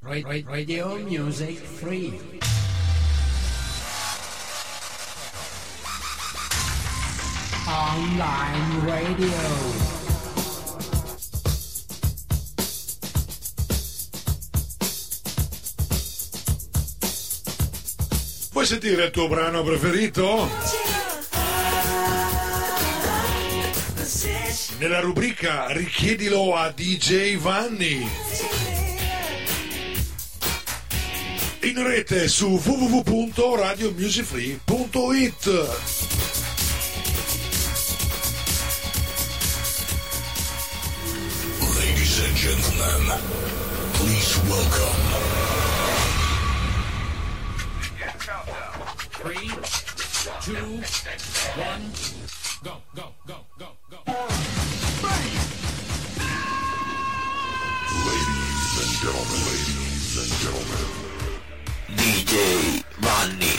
Radio Music Free. Online radio. Vuoi sentire il tuo brano preferito? Nella rubrica Richiedilo a DJ Vanni. In rete su www.radiomusicfree.it. Ladies and gentlemen, please welcome. 3, 2, 1, go, go, go, go, go. Ladies and gentlemen, DJ Vanni.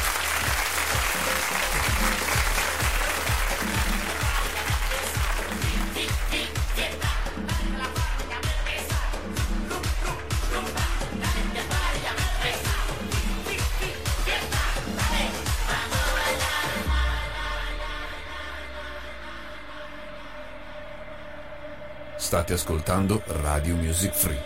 State ascoltando Radio Music Free.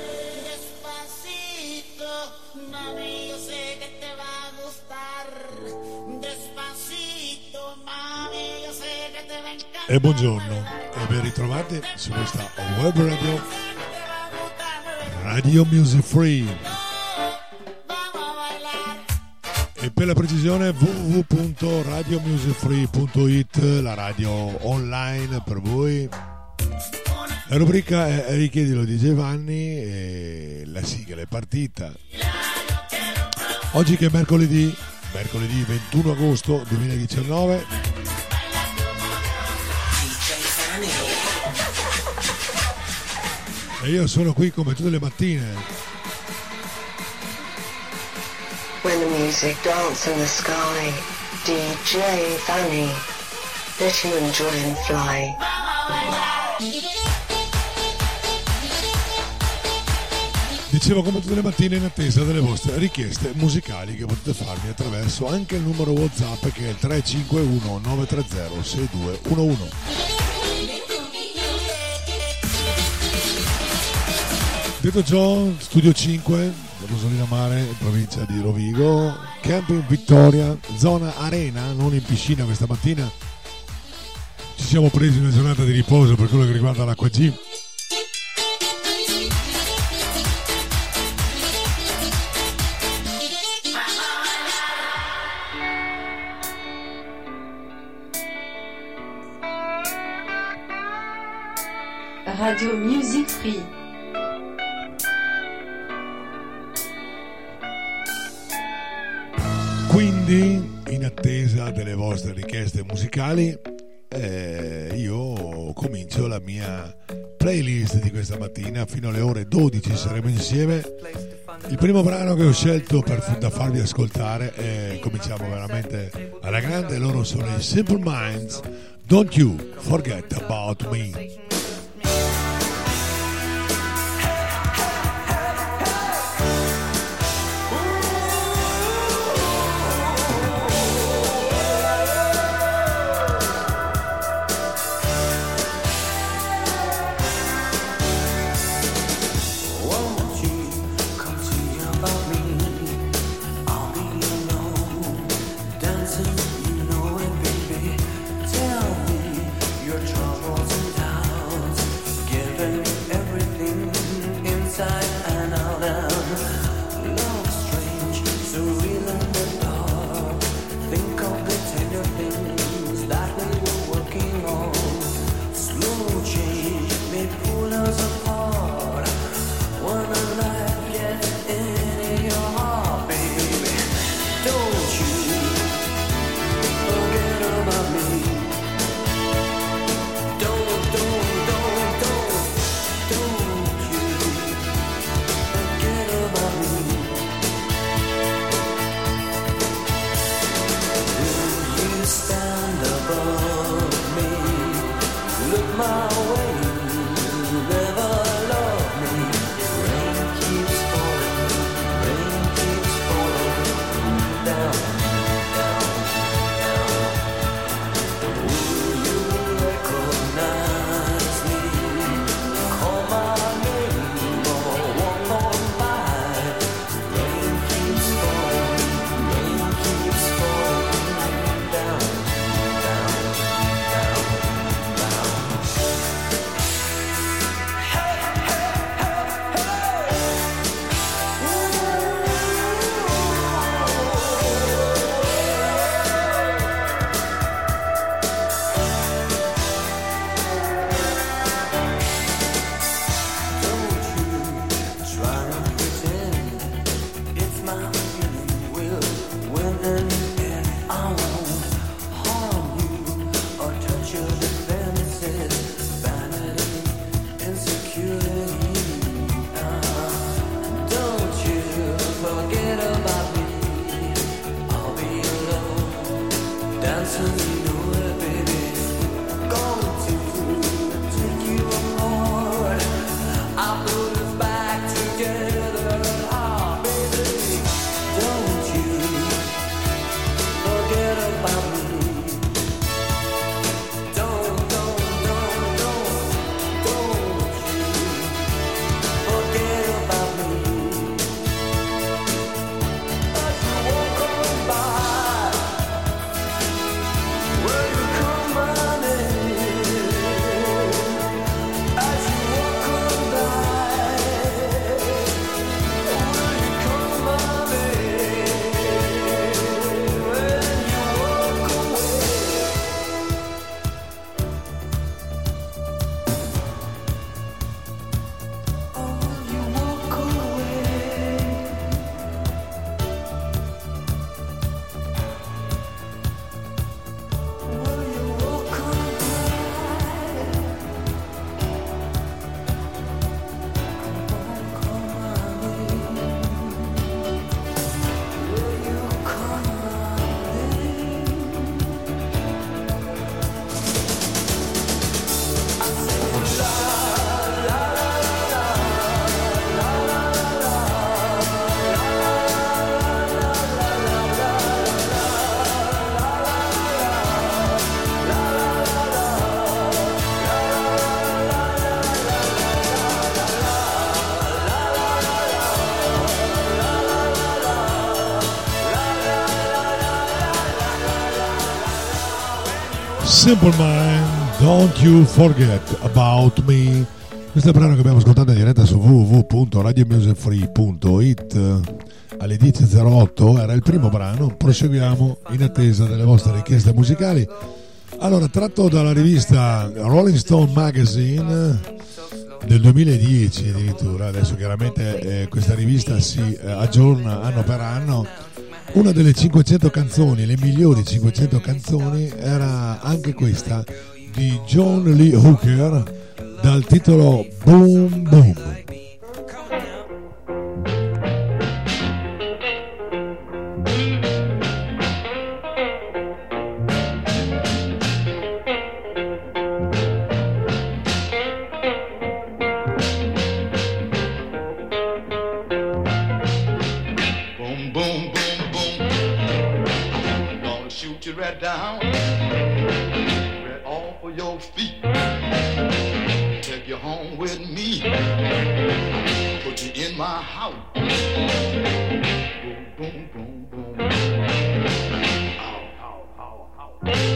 E buongiorno e ben ritrovati su questa web radio Radio Music Free, e per la precisione www.radiomusicfree.it, la radio online per voi. La rubrica è Richiedilo di Giovanni e la sigla è partita. Oggi che è mercoledì 21 agosto 2019. E io sono qui come tutte le mattine. When the music dance in the sky, DJ Fanny, let you enjoy and fly. Dicevo come tutte le mattine in attesa delle vostre richieste musicali che potete farmi attraverso anche il numero WhatsApp che è il 351 930 6211. Detto ciò, Studio 5, Rosolina Mare, in provincia di Rovigo, Camping Vittoria, zona arena, non in piscina questa mattina. Ci siamo presi una giornata di riposo per quello che riguarda l'acqua G. Radio Music Free. Quindi, in attesa delle vostre richieste musicali, io comincio la mia playlist di questa mattina. Fino alle ore 12 saremo insieme. Il primo brano che ho scelto da farvi ascoltare, cominciamo veramente alla grande, loro sono i Simple Minds, Don't You Forget About Me. Simple Mind, Don't You Forget About Me. Questo è il brano che abbiamo ascoltato in diretta su www.radiomusicfree.it alle 10.08, era il primo brano. Proseguiamo in attesa delle vostre richieste musicali. Allora, tratto dalla rivista Rolling Stone Magazine del 2010 addirittura, adesso chiaramente questa rivista si aggiorna anno per anno. Una delle 500 canzoni, le migliori 500 canzoni, era anche questa di John Lee Hooker dal titolo Boom Boom. Right down, right off of your feet, take you home with me, put you in my house, boom, boom, boom, boom, ow, ow, ow, ow.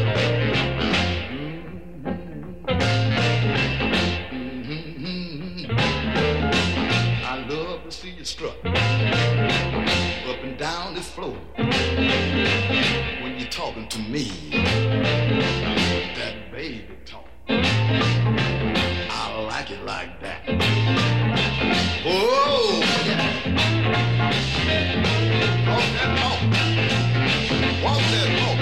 I love to see you strut up and down this floor. Talking to me, that baby talk, I like it like that. Oh, yeah. Walk that talk, walk that talk.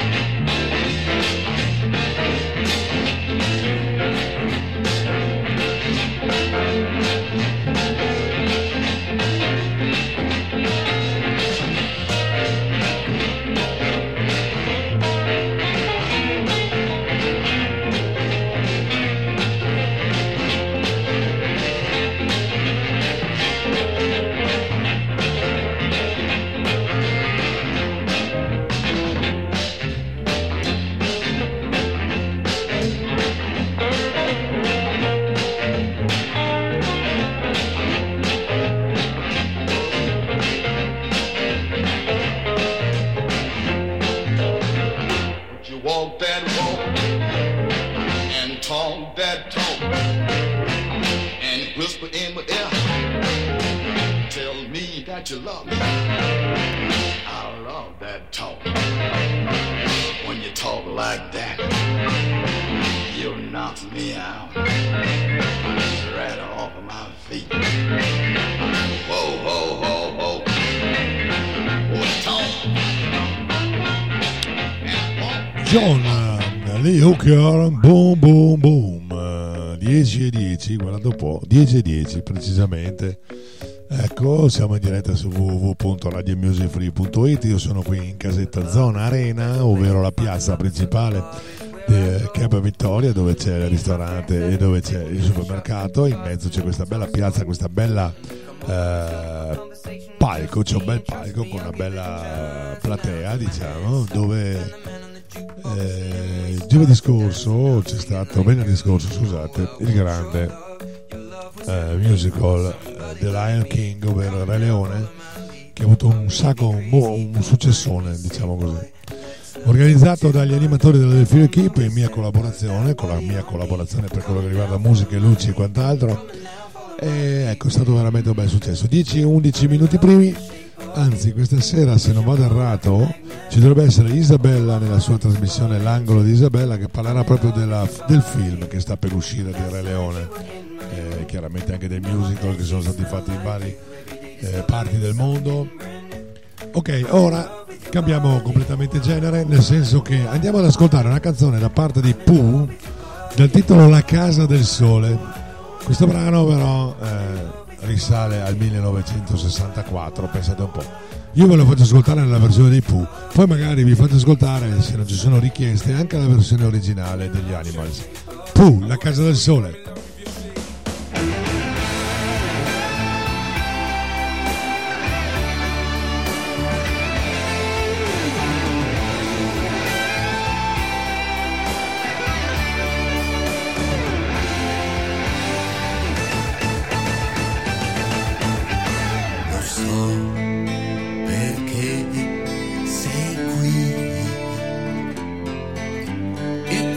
Walk that walk and talk that talk and whisper in my ear, tell me that you love me. I love that talk. When you talk like that, you knock me out right off of my feet. Whoa, whoa, whoa, whoa. Whoa, talk. John Lee Hooker, boom boom boom, 10 e 10, guardate un po', 10 e 10 precisamente. Ecco, siamo in diretta su www.radiomusicfree.it. Io sono qui in casetta Zona Arena, ovvero la piazza principale di Campo Vittoria, dove c'è il ristorante e dove c'è il supermercato. In mezzo c'è questa bella piazza, questa bella palco, c'è un bel palco con una bella platea, diciamo, dove venerdì scorso, scusate, il grande musical The Lion King, ovvero il Re Leone, che ha avuto un successone, diciamo così, organizzato dagli animatori della Delfino Equipe in mia collaborazione, con la mia collaborazione per quello che riguarda musica e luci e quant'altro, e ecco, è stato veramente un bel successo. 10-11 minuti primi. Anzi, questa sera, se non vado errato, ci dovrebbe essere Isabella nella sua trasmissione L'angolo di Isabella, che parlerà proprio del film che sta per uscire di Re Leone, chiaramente anche dei musical che sono stati fatti in varie parti del mondo. Ok, ora cambiamo completamente genere, nel senso che andiamo ad ascoltare una canzone da parte di Pooh dal titolo La casa del sole. Questo brano però risale al 1964, pensate un po'. Io ve lo faccio ascoltare nella versione dei Pooh, poi magari vi faccio ascoltare, se non ci sono richieste, anche la versione originale degli Animals. Pooh, La casa del sole. It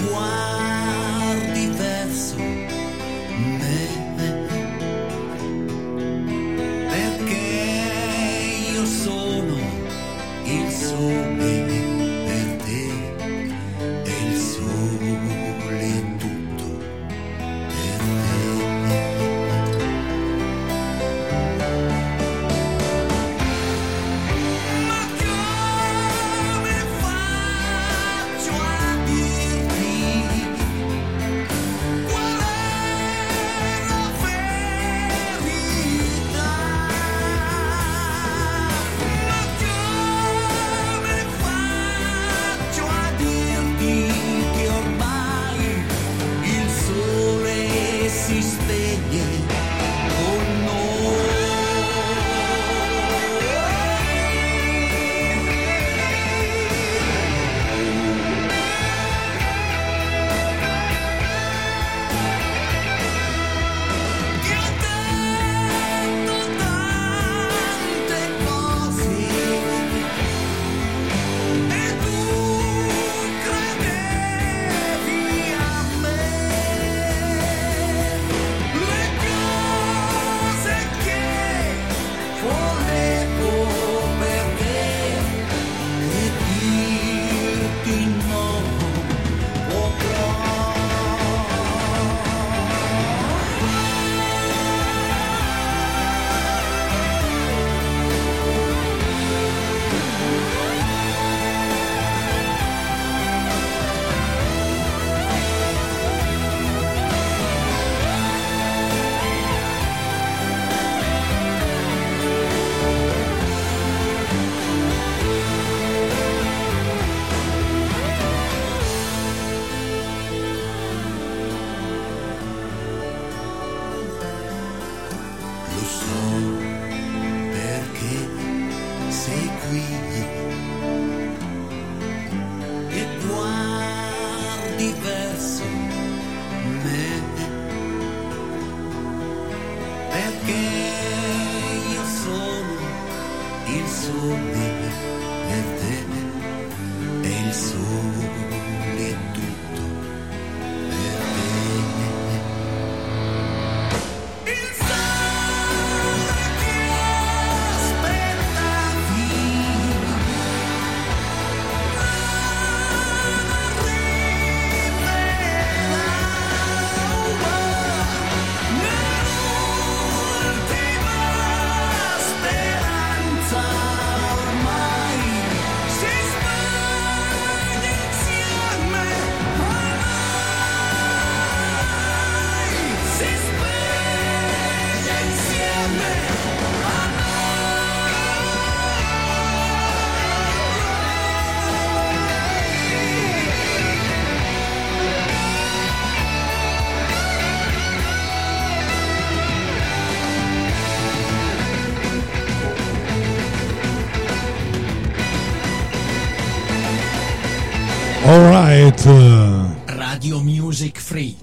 Alright. Radio Music Free.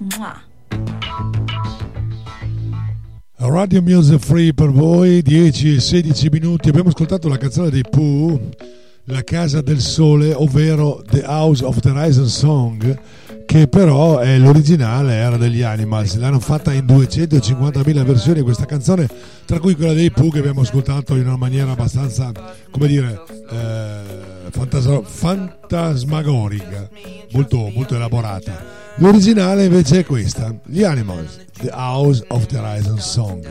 Radio Music Free per voi, 10 e 16 minuti. Abbiamo ascoltato la canzone dei Pooh, La Casa del Sole, ovvero The House of the Rising Song, che però è l'originale, era degli Animals. L'hanno fatta in 250.000 versioni questa canzone, tra cui quella dei Pooh che abbiamo ascoltato in una maniera abbastanza, come dire, fantasmagorica, molto elaborata. L'originale invece è questa, gli Animals, The House of the Rising Song.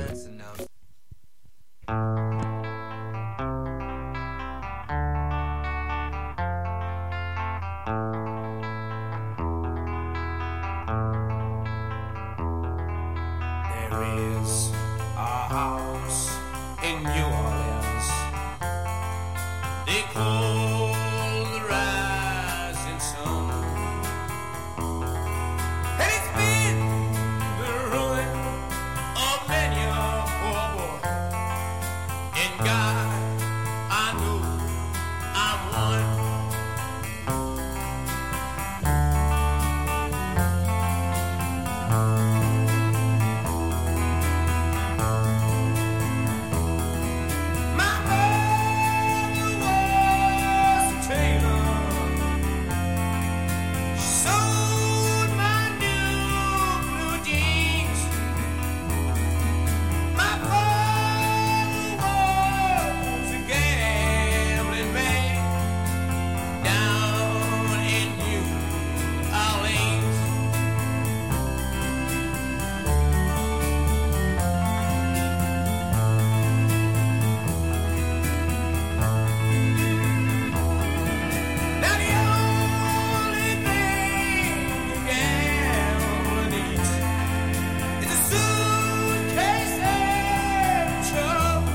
There is a house in New Orleans they call the Rising Sun. And it's been the ruin of many a poor boy. And God, I know I'm one. My mother was a tailor. She sewed my new blue jeans. My father was a gambling man down in New Orleans. Now the only thing a gambler needs is a suitcase and trouble.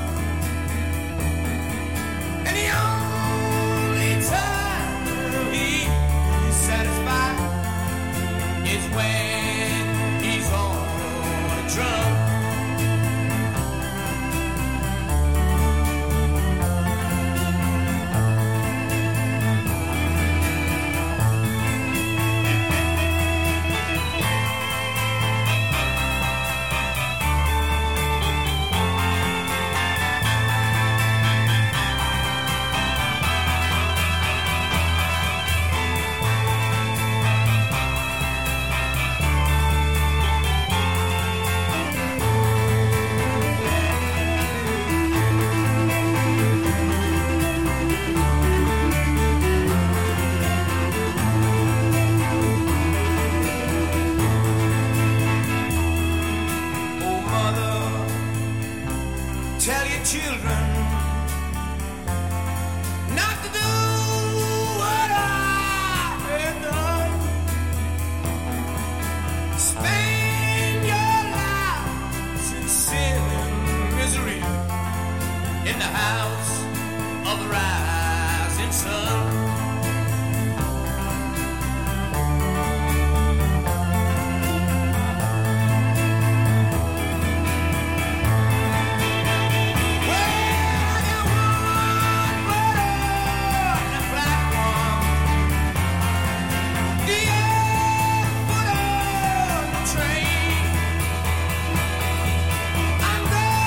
And the only time he's satisfied is when he's on a drum. Oh, mother, tell your children not to do what I have done. Spend your lives in sin and misery in the house of the rising sun.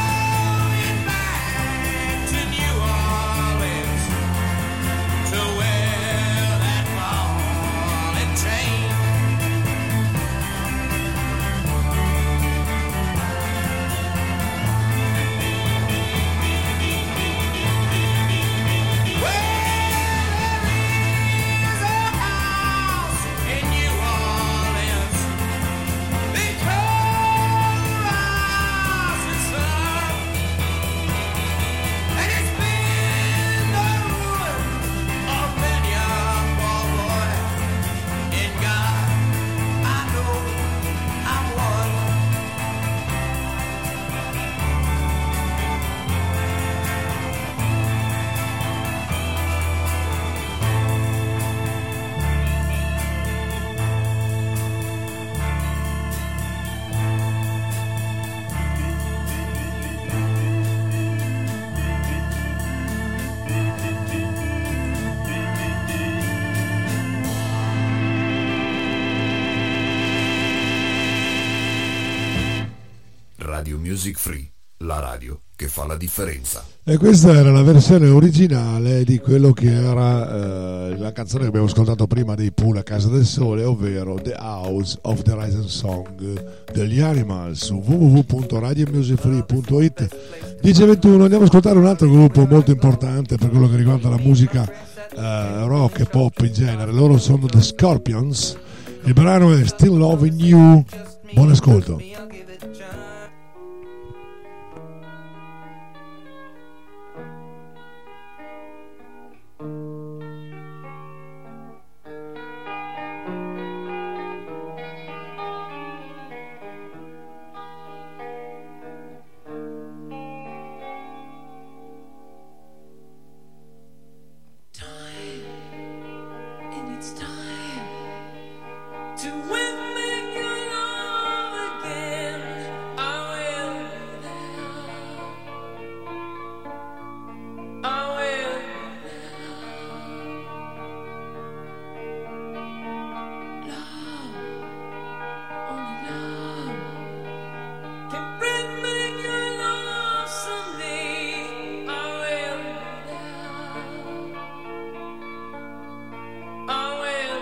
To where Music Free, la radio che fa la differenza. E questa era la versione originale di quello che era la canzone che abbiamo ascoltato prima dei Pooh, La Casa del Sole, ovvero The House of the Rising Song degli Animals, su www.radiomusicfree.it. 10:21. Andiamo ad ascoltare un altro gruppo molto importante per quello che riguarda la musica rock e pop in genere. Loro sono The Scorpions, il brano è Still Loving You. Buon ascolto. I will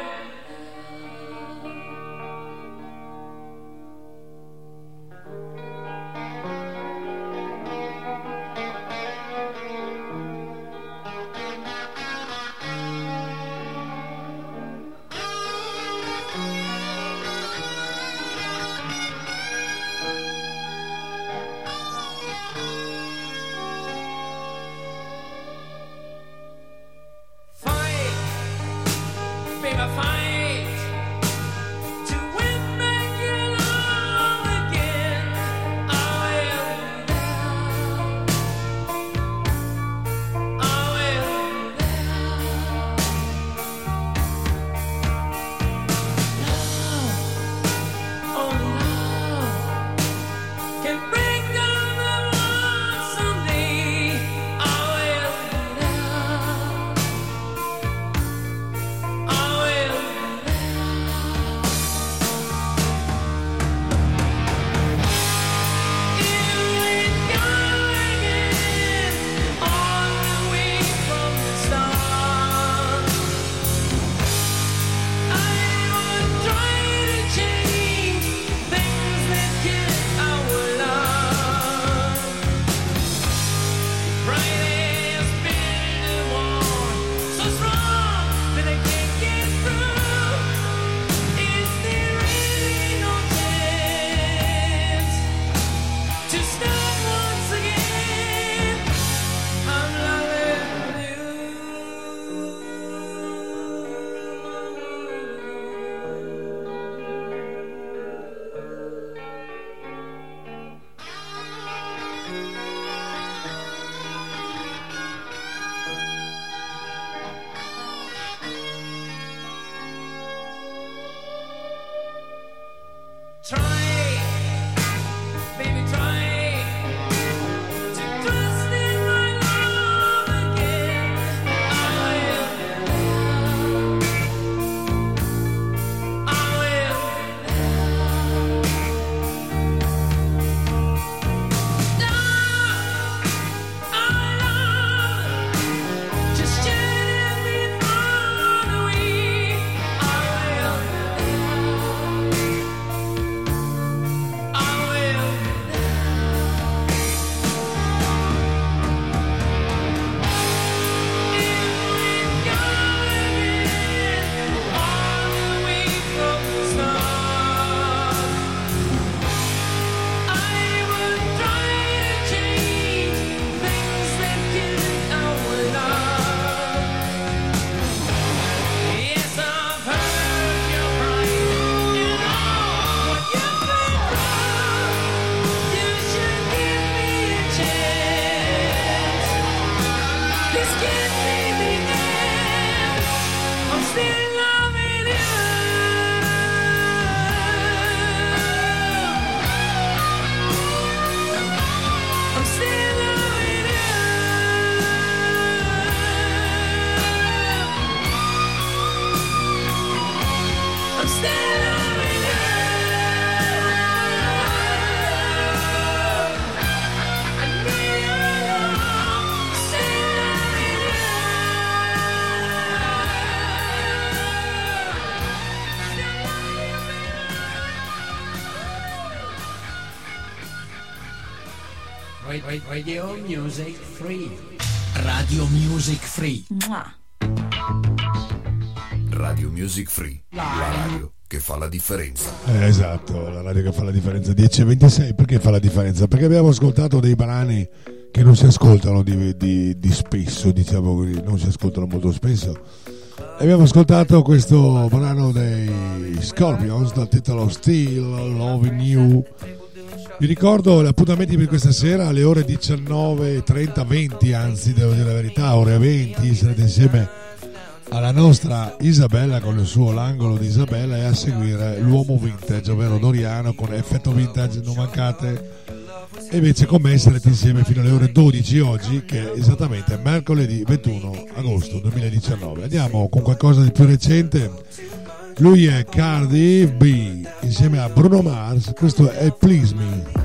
Radio Music Free. Radio Music Free. Radio Music Free, la radio che fa la differenza. Esatto, la radio che fa la differenza. 10:26, perché fa la differenza? Perché abbiamo ascoltato dei brani che non si ascoltano di spesso, diciamo così, non si ascoltano molto spesso. E abbiamo ascoltato questo brano dei Scorpions dal titolo Still Loving You. Vi ricordo gli appuntamenti per questa sera alle ore 19:30, 20, anzi devo dire la verità, ore 20 sarete insieme alla nostra Isabella con il suo L'angolo di Isabella e a seguire l'uomo vintage, ovvero Doriano con Effetto Vintage, non mancate. E invece con me sarete insieme fino alle ore 12 oggi, che è esattamente mercoledì 21 agosto 2019. Andiamo con qualcosa di più recente. Lui è Cardi B insieme a Bruno Mars, questo è Please Me.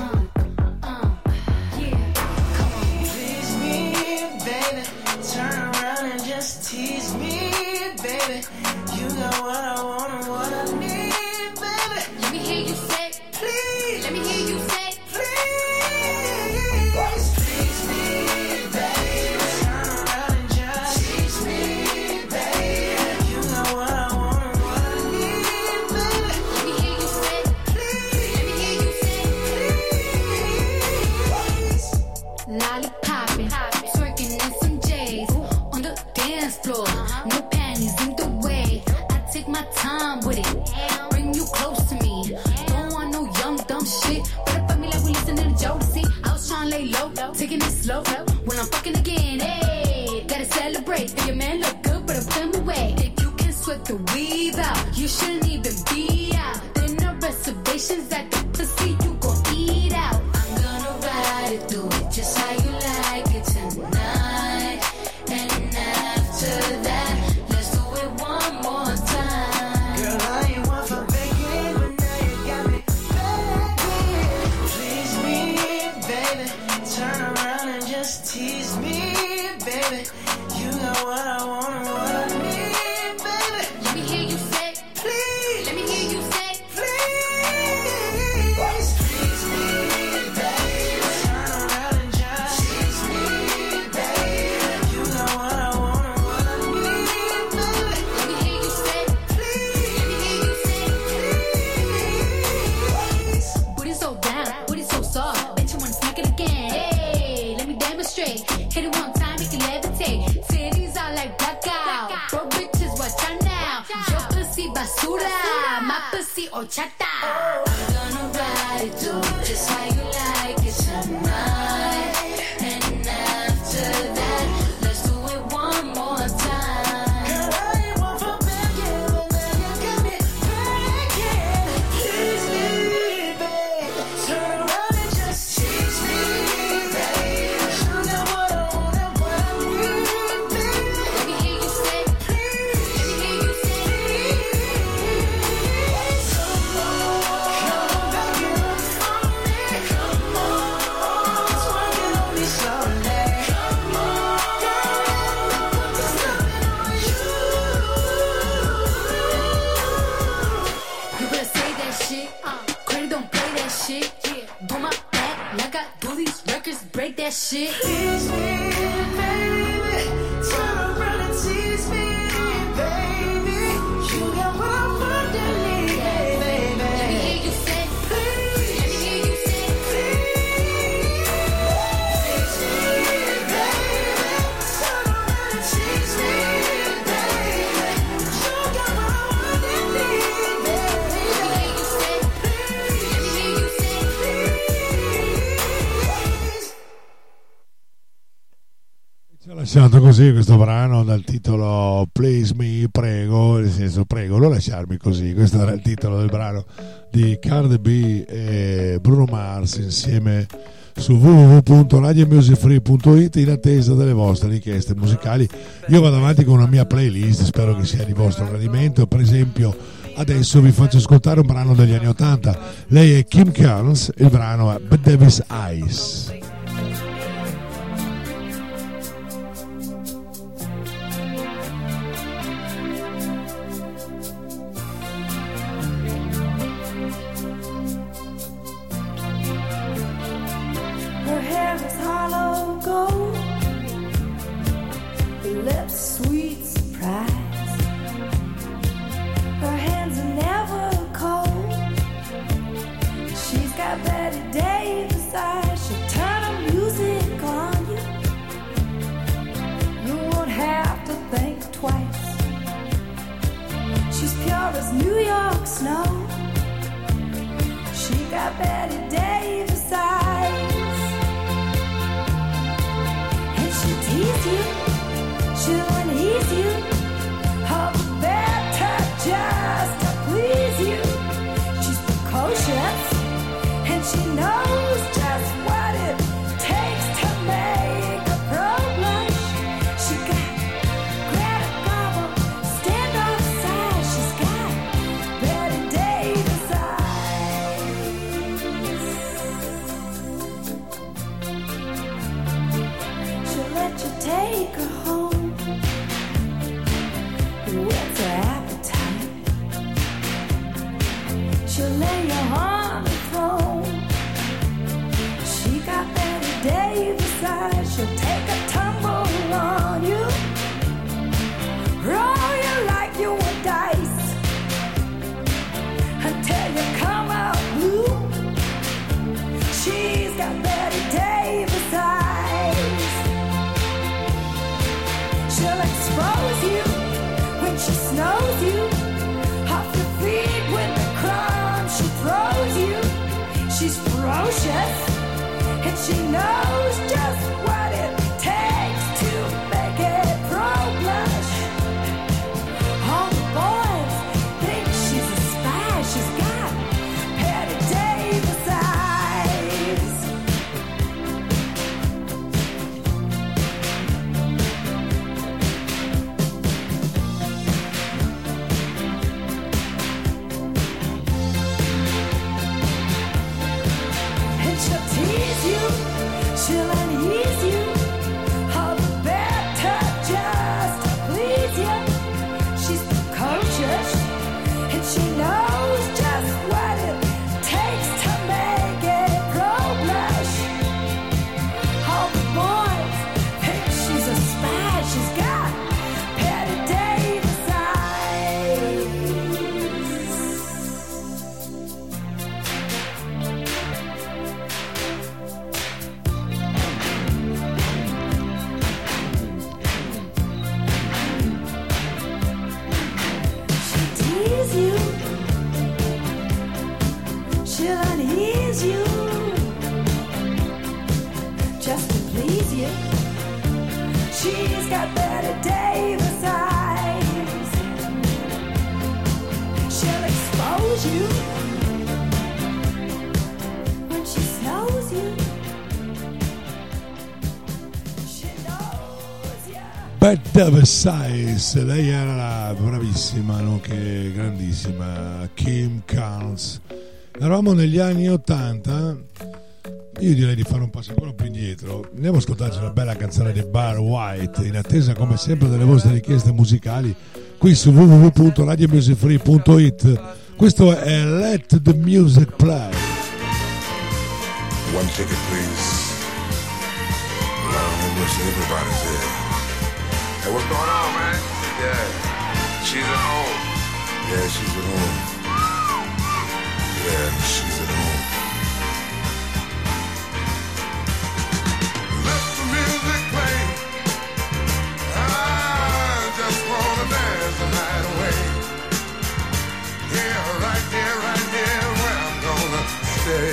Taking it slow when I'm fucking again. Hey, gotta celebrate. Your man look good, but I'm coming away. If you can sweat the weave out, you shouldn't even be out. There no reservations at the pussy you gon' eat out. I'm gonna ride it, do it just how you like it tonight. And after that, let's do it one more time. Girl, I ain't one for begging, but now you got me begging. Please me, baby. Turn around and just tease me, baby. You got what I want and what I need, baby. Let me hear you say, please. Let me hear you say, please. Please me, baby. Turn around and just tease me, baby. You got what I want and what I need, baby. Let me hear you say, please. Let me hear you say, please. Booty so down, booty so soft. Bet you wanna smack it again. Hey, let me demonstrate. Hit it one time, make it levitate. Titties are like blackout. Bro, bitches, watch out now. Your pussy basura, my pussy horchata. I'm gonna ride it, do it just how you like it tonight. And after that, let's do it one more time. Girl, I ain't one for begging, but now you got me begging. Please me, babe. Turn around and just tease me, babe. You got what I want and what I need, babe. Let me hear you say, please. Let me hear you say, please. Come on, back it up for me. Come on, twerk it on me slowly. Come on, girl, put this loving on you. You better say that shit. Credit don't play that shit. Do my back like I do these records, break that shit. Tease me, baby. Turn around and tease me, baby. You got what I want and need, baby. Let me hear you say, please. Let me hear you say, please. Tease me, baby. Turn around and tease me, baby. You got what I want and need, baby. Let me hear you say, please. Let me hear you say, please. Ci ha lasciato così questo brano dal titolo Please Me, prego, nel senso prego, non lasciarmi così. Questo era il titolo del brano di Cardi B e Bruno Mars insieme su www.radiomusicfree.it in attesa delle vostre richieste musicali. Io vado avanti con una mia playlist, spero che sia di vostro gradimento. Per esempio adesso vi faccio ascoltare un brano degli anni 80. Lei è Kim Carnes, il brano è Bette Davis Eyes. Her hair you, she'll unease you, all the better just to please you. She's precocious, and she knows just what it takes to make a pro blush. She got Greta Garbo, standoff size. She's got Betty Davis eyes. She'll let you take her home with her appetite. She'll lay you on the throne. She got Betty Davis eyes. She'll take a tumble on you, roll you like you were dice, until you come out blue. She's got Betty Davis eyes. She'll expose you when she snows you, off your feet with the crumbs she throws you. She's ferocious, and she knows just what it takes to make it pro blush. All the boys think she's a spy. She's got Betty Davis eyes. And she'll tease you, she'll unease you, all the better just to please you. She's precocious, and she knows just what it takes to make it pro blush. All the boys think she's a spy. She's got Betty Davis eyes. She'll tease you, she'll unease you, just to please you. She's got Betty Davis eyes. She'll expose you when she snows you. She knows ya. Bette Davis Eyes, lei era la bravissima, nonché grandissima Kim Carnes. Eravamo negli anni 80. Io direi di fare un passo ancora più indietro. Andiamo a ascoltarci una bella canzone di Barry White, in attesa come sempre delle vostre richieste musicali qui su www.radiomusicfree.it. Questo è Let the Music Play. One ticket, please. Long wish everybody's there. Hey, what's going on, man? Yeah, she's at home. Yeah, she's at home. Yeah, she's at home. Let the music play. I just wanna dance the night away. Yeah, right here where I'm gonna stay.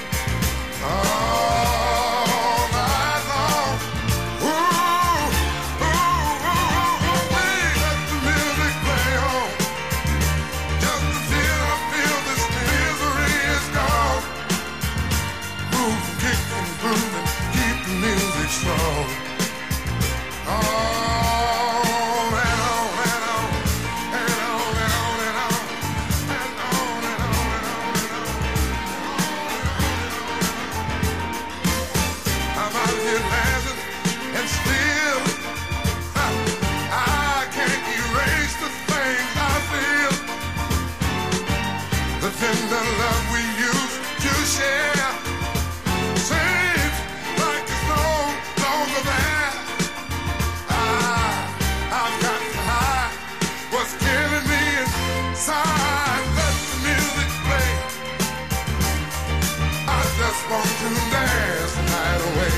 All night long. Ooh, ooh, ooh, ooh, let the music play on. Just until I feel this misery is gone. Move, kick and groove and keep the music strong. On and on and on and on and on and on and on and on and on and on. I'm out here laughing and still I can't erase the things I feel. The tender love we used to share seems like it's no longer there. I've got to hide what's killing me inside. Let the music play. I just want to dance the night away.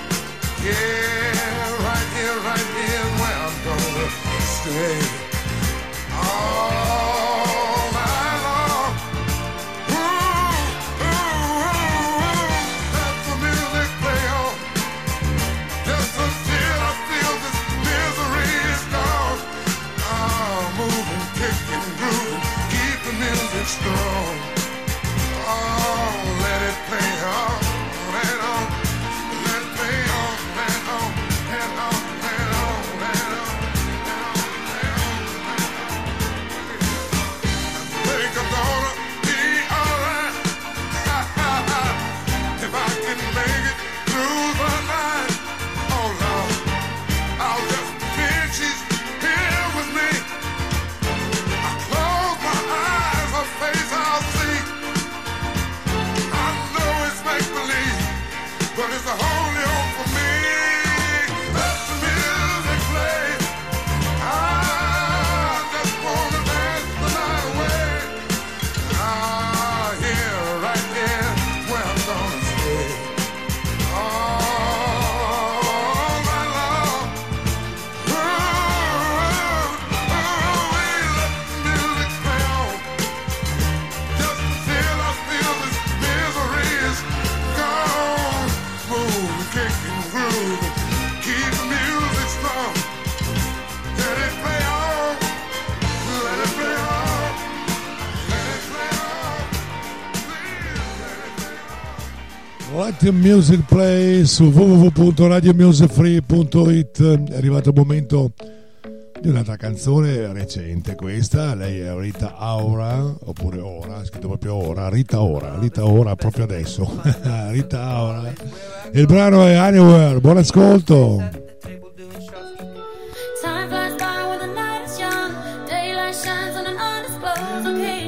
Yeah, right here where I'm gonna stay. All night long. Ooh, ooh, ooh, ooh. Let the music play on. Just until I feel the Right Music Play su www.radiomusicfree.it. È arrivato il momento di un'altra canzone recente, questa. Lei è Rita Ora, oppure Ora, scritto proprio Ora, Rita Ora proprio adesso. Rita Ora. Il brano è Anywhere, buon ascolto. Time flies by when the night is young. Daylight shines on an undisclosed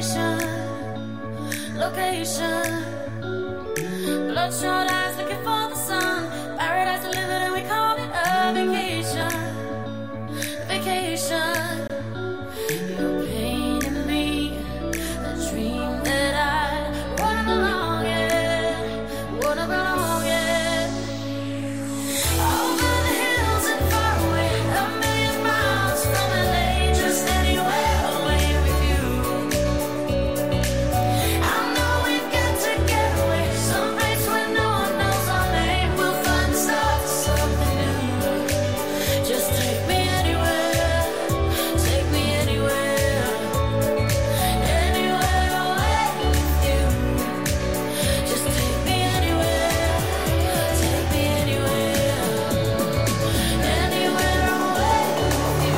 location. Bloodshot eyes looking for the sun. Paradise delivered and we call it a vacation. You're painting me a dream that I wanna belong in. Over the hills and far away, a million miles from LA, just anywhere away with you. I know we've got to get away, someplace where no one knows our name. We'll find the stars, something new. Just take me anywhere, take me anywhere, anywhere away with you. Just take me anywhere, take me anywhere, anywhere away with you.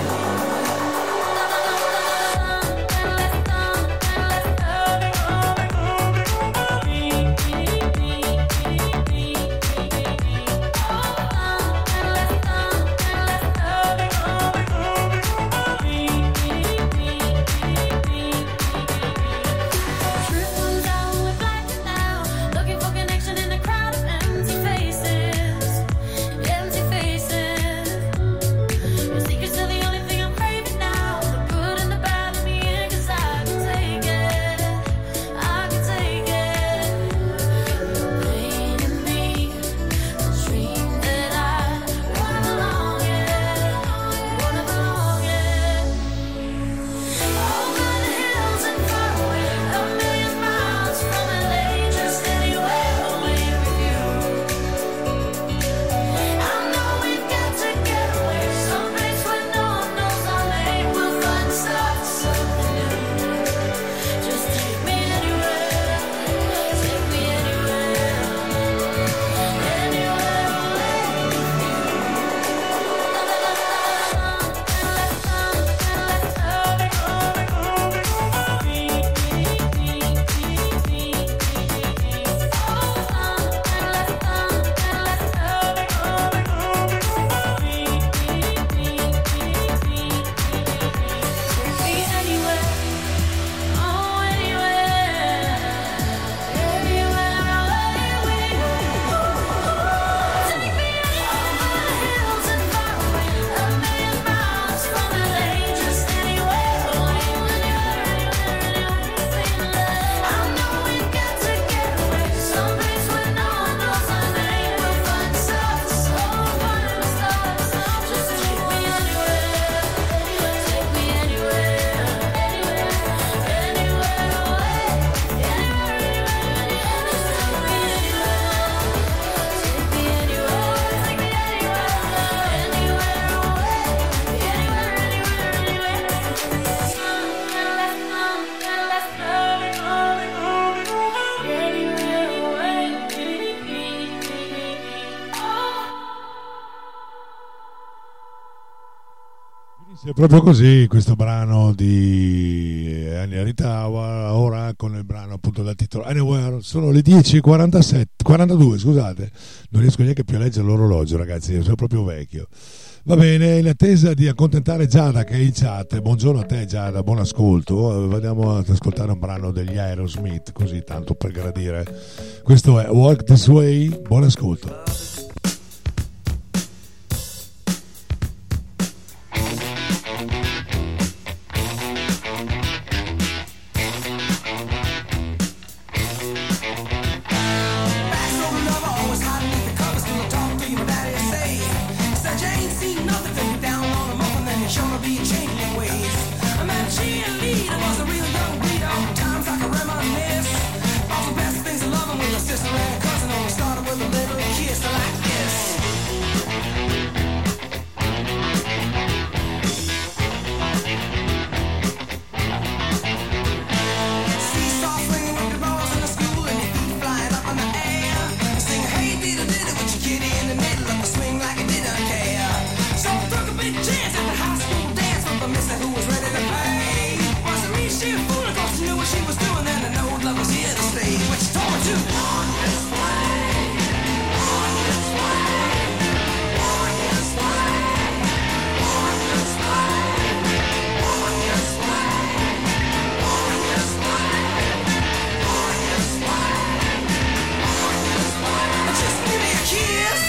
Truth comes out when we're blacking out, looking for connection in a crowd of empty faces, empty faces. Your secrets are the only thing I'm craving now, the good and the bad in me, 'cause I can take it, I can take it. You're painting me a dream that I wanna belong in, wanna belong in. Over the hills and far away, a million miles from LA, just anywhere away with you. I know we've got to get away, someplace where no one knows our name. We'll find stars, something new. Just take me anywhere, take me anywhere, anywhere away with you. Take me anywhere, oh anywhere, anywhere away with you. Take me over the hills and far away, a million miles from LA, just anywhere away, anywhere I know we've got to get away, someplace where no one knows our name. We'll find stars, oh find the stars. Just take me anywhere, take me anywhere, anywhere away, anywhere. Just take me anywhere, take me anywhere, take me anywhere away, È proprio così questo brano di Rita Ora con il brano appunto dal titolo Anywhere. Sono le 10:42, scusate, non riesco neanche più a leggere l'orologio, ragazzi, sono proprio vecchio. Va bene, in attesa di accontentare Giada che è in chat. Buongiorno a te Giada, buon ascolto. Andiamo ad ascoltare un brano degli Aerosmith, così tanto per gradire. Questo è Walk This Way, buon ascolto. Sister and a cousin only started with a little kiss. I like big chance at the high school dance with the mister who was ready to play. Wasn't me, she a fool, of course she knew what she was doing, and I know love was here to stay. What she told me to on this way, on this way, on this way, on this way, on this way, on this way, on this way, on this way. Just give me a kiss.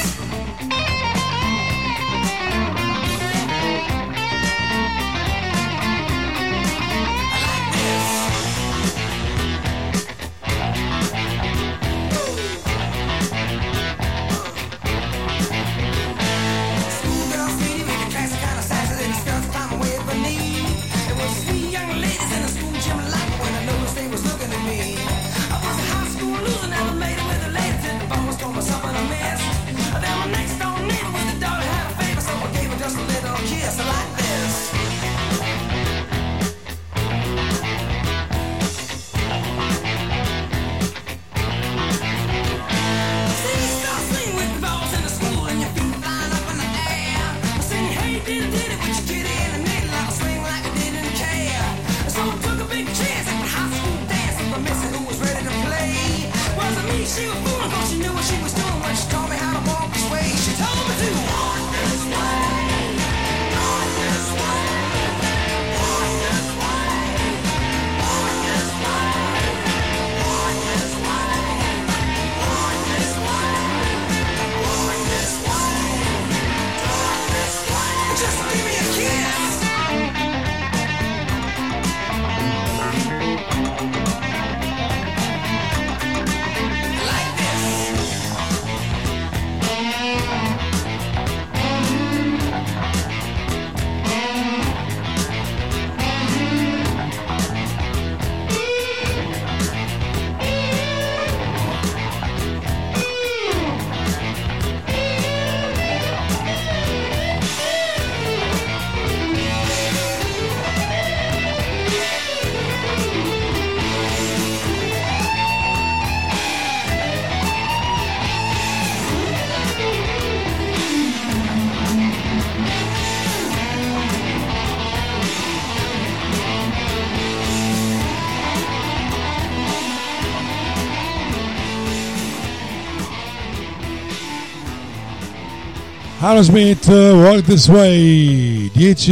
Aerosmith, Walk This Way,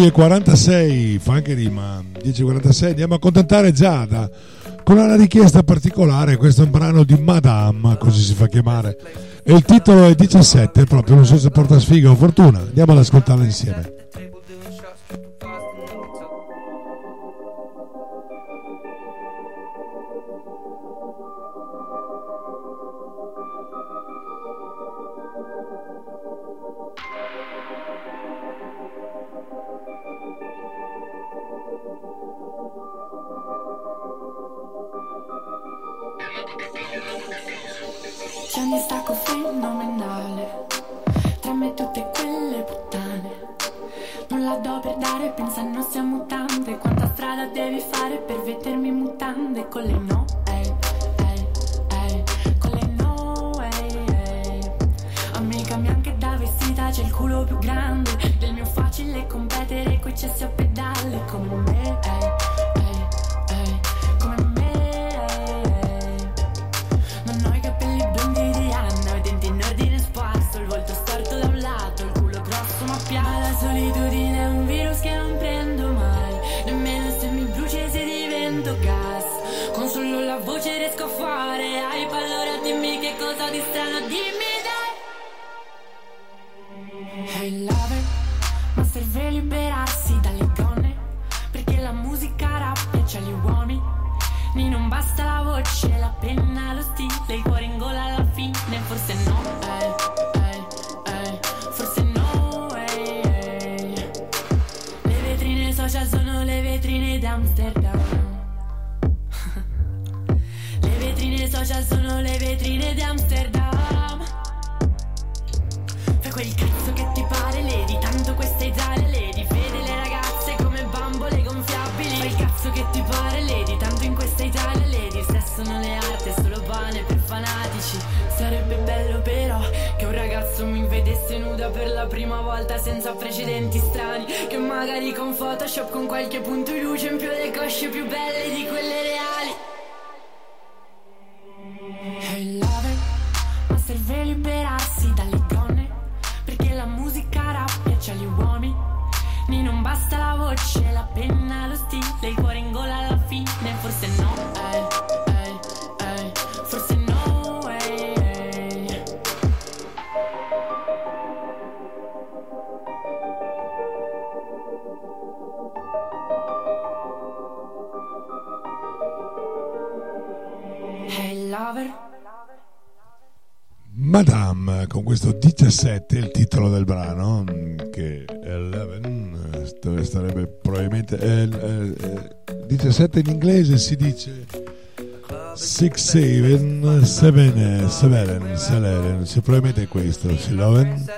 10:46, fa anche rima, 10:46, andiamo a accontentare Giada con una richiesta particolare. Questo è un brano di Madame, così si fa chiamare, e il titolo è 17, proprio, non so se porta sfiga o fortuna, andiamo ad ascoltarla insieme. C'è un distacco fenomenale tra me e tutte quelle puttane. Non la do per dare, pensano sia mutante. Quanta strada devi fare per vedermi in mutande? Con le no, con le no, amica mia anche da vestita c'è il culo più grande del mio facile competere coi cessi a pedale. Come me, come me, non ho i capelli biondi di Anna, i denti in ordine sparso, il volto storto da un lato, il culo grosso ma piano. La solitudine è un virus che non prendo mai, nemmeno se mi bruci e se divento gas. Con solo la voce riesco a fare hype, allora dimmi che cosa di strano, dimmi dai. Hey lover, ma serve liberarsi dalle donne, perché la musica rap piace agli uomini. Non basta la voce, la penna, lo stile, il cuore in gola alla fine. Forse no, forse no, Le vetrine social sono le vetrine d'Amsterdam. Le vetrine social sono le vetrine d'Amsterdam. Fai quel cazzo che ti pare, Lady, tanto questa è Italia, Lady. Vede le ragazze come bambole gonfiabili. Fai il cazzo che ti pare, Lady, tanto in questa Italia, Lady. Il sesso non è arte, è solo pane per fanatici. Sarebbe bello però che un ragazzo mi vedesse nuda per la prima volta senza precedenti strani, che magari con Photoshop con qualche punto di luce in più le cosce più belle di quelle reali. Hey lover, ma serve liberarsi dalle donne, perché la musica rap piace agli uomini. Non basta la voce, la penna, lo stile, il cuore in gola alla fine. Forse no, forse no, Hey lover. Madame, con questo 17 il titolo del brano, che 11 sarebbe probabilmente 17 in inglese si dice 6, 7, 7, se probabilmente è questo, 11,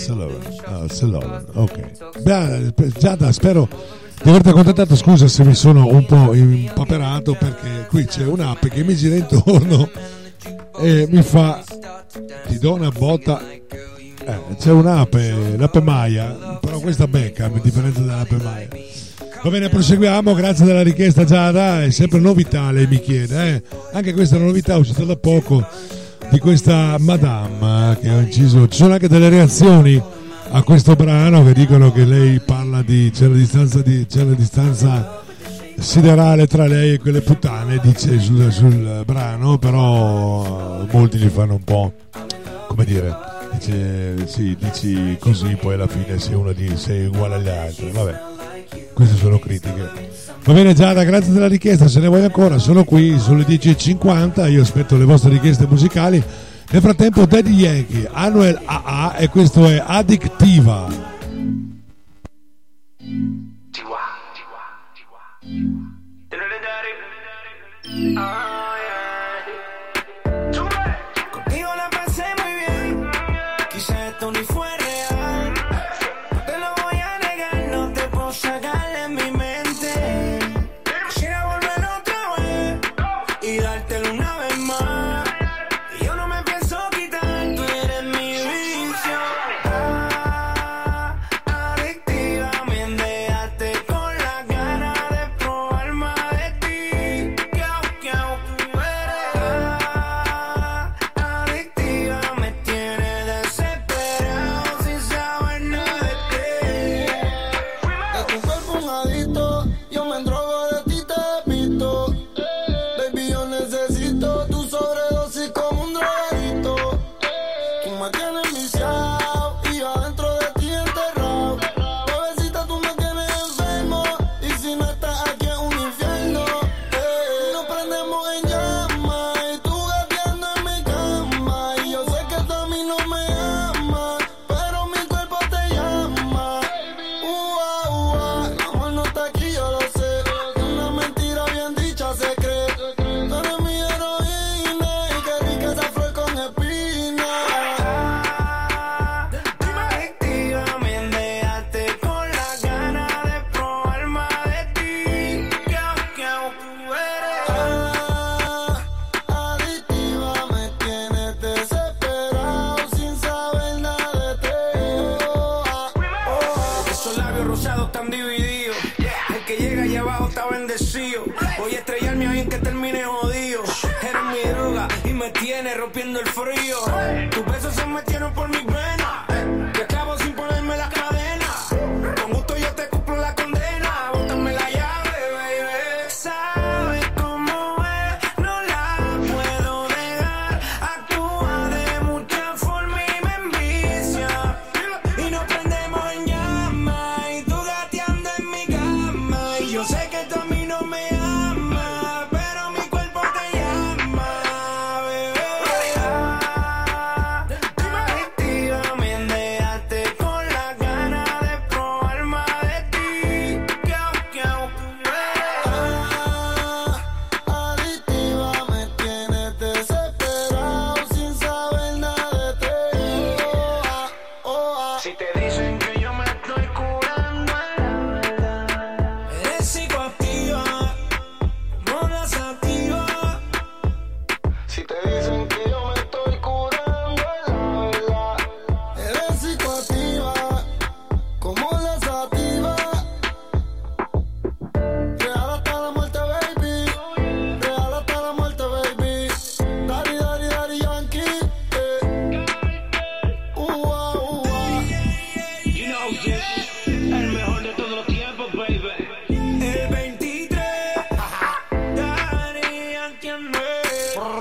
ok. Bene, Giada, spero di averti accontentato. Scusa se mi sono un po' impaperato, perché qui c'è un'app che mi gira intorno e mi fa, ti do una botta, c'è l'app Maya, però questa becca a differenza dell'app Maya. Va bene, proseguiamo, grazie della richiesta Giada, è sempre novità, lei mi chiede, anche questa è una novità uscita da poco di questa Madame che ho inciso. Ci sono anche delle reazioni a questo brano che dicono che lei parla c'è la distanza siderale tra lei e quelle puttane, dice sul brano, però molti gli fanno un po', come dire, dice sì, dici così, poi alla fine sei uguale agli altri. Vabbè, queste sono critiche. Va bene Giada, grazie della richiesta, se ne vuoi ancora sono qui, sono le 10:50, io aspetto le vostre richieste musicali. Nel frattempo Daddy Yankee, Anuel AA, e questo è Addictiva. Contigo la pasé muy bien, quizás esto ni fue real, no te lo voy a negar, no te puedo sacar de mi mente. Quisiera volver otra vez y dártelo una vez más, y yo no me pienso quitar, tú eres mi vicio. Adictiva, me dejaste con la gana de probar más de ti. Adictiva, me tiene desesperado sin saber nada de ti. De tu cuerpo un adicto, yo me endrogo de ti, te visto. Baby, yo necesito tu sobredosis como un drogadito. Tú me tienes viciado y yo adentro de ti enterrado. Bebecita, tú me tienes enfermo y si no estás aquí es un infierno. Nos prendemos en llamas y tú gateando en mi cama. Y yo sé que tú a mí no me amas, pero mi cuerpo te llama. El amor no está aquí, yo lo sé. Una mentira bien dicha se cree. Tú eres mi heroína y qué rica esa flor con espina. Adictiva, me dejaste con las ganas de probar más de ti. Adictiva, me tienes desesperado sin saber nada de ti. Esos labios rosados están divididos. El que llega allá abajo está bendecido. Voy a estrellarme a bien que termine jodido. Eres mi droga y me tiene rompiendo el frío. Tus besos se metieron por mis venas. Que acabo sin ponerme las cadenas. Con gusto yo te cumplo la condena. Bótame la llave, baby. Sabes cómo es, no la puedo dejar. Actúa de mucha forma y me envicia. Y nos prendemos en llamas y tú gateando en mi cama. Y yo sé que tú a mí no me amas, pero mi cuerpo te llama, bebé. Adictiva, me dejaste con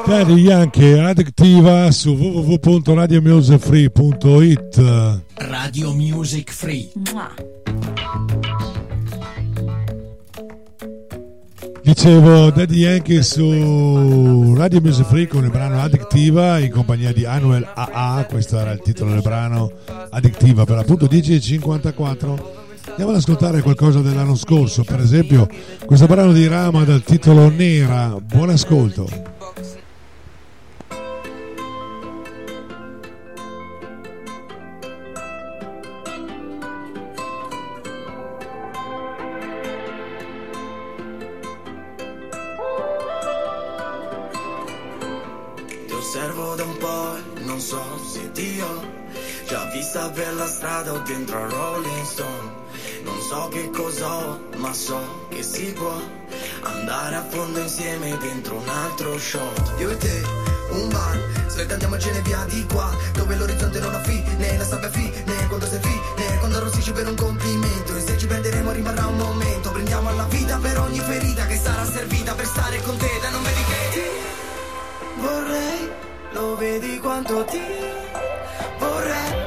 Daddy Yankee Addictiva su www.radiomusicfree.it. Radio Music Free. Dicevo Daddy Yankee su Radio Music Free con il brano Addictiva in compagnia di Anuel AA. Questo era il titolo del brano, Addictiva, per appunto 10:54. Andiamo ad ascoltare qualcosa dell'anno scorso, per esempio questo brano di Rama dal titolo Nera. Buon ascolto. Ti osservo da un po', non so se ti ho già vista per la strada o dentro a Rolling Stone. Non so che cos'ho, ma so che si può andare a fondo insieme dentro un altro show. Io e te, un bar, svelta andiamocene via di qua, dove l'orizzonte non ha fine, la sabbia fine, quando sei fine, quando arrossisci per un complimento, e se ci perderemo rimarrà un momento, prendiamo alla vita per ogni ferita che sarà servita per stare con te, da non vedi che ti vorrei, lo vedi quanto ti vorrei.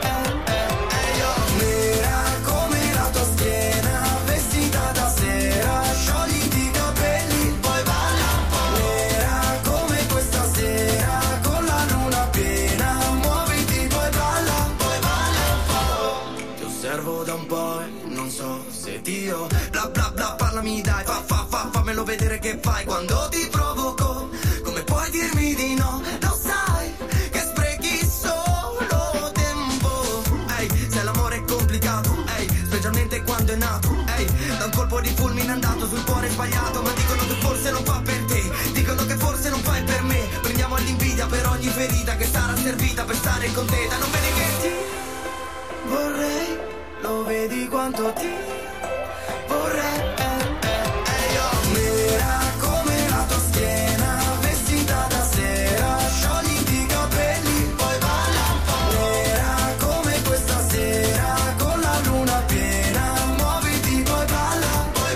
Dio, bla bla bla, parlami dai, fammelo vedere che fai quando ti provoco, come puoi dirmi di no, lo sai che sprechi solo tempo, ehi, se l'amore è complicato, ehi, specialmente quando è nato, ehi, da un colpo di fulmine andato sul cuore sbagliato, ma dicono che forse non fa per te, dicono che forse non fai per me, prendiamo all'invidia per ogni ferita che sarà servita per stare con te, da non vedi che ti vorrei, lo vedi quanto ti vorrei, io nera come la tua schiena, vestita da sera, sciogliti i capelli, poi balla un po', nera come questa sera, con la luna piena, muoviti, poi balla un po',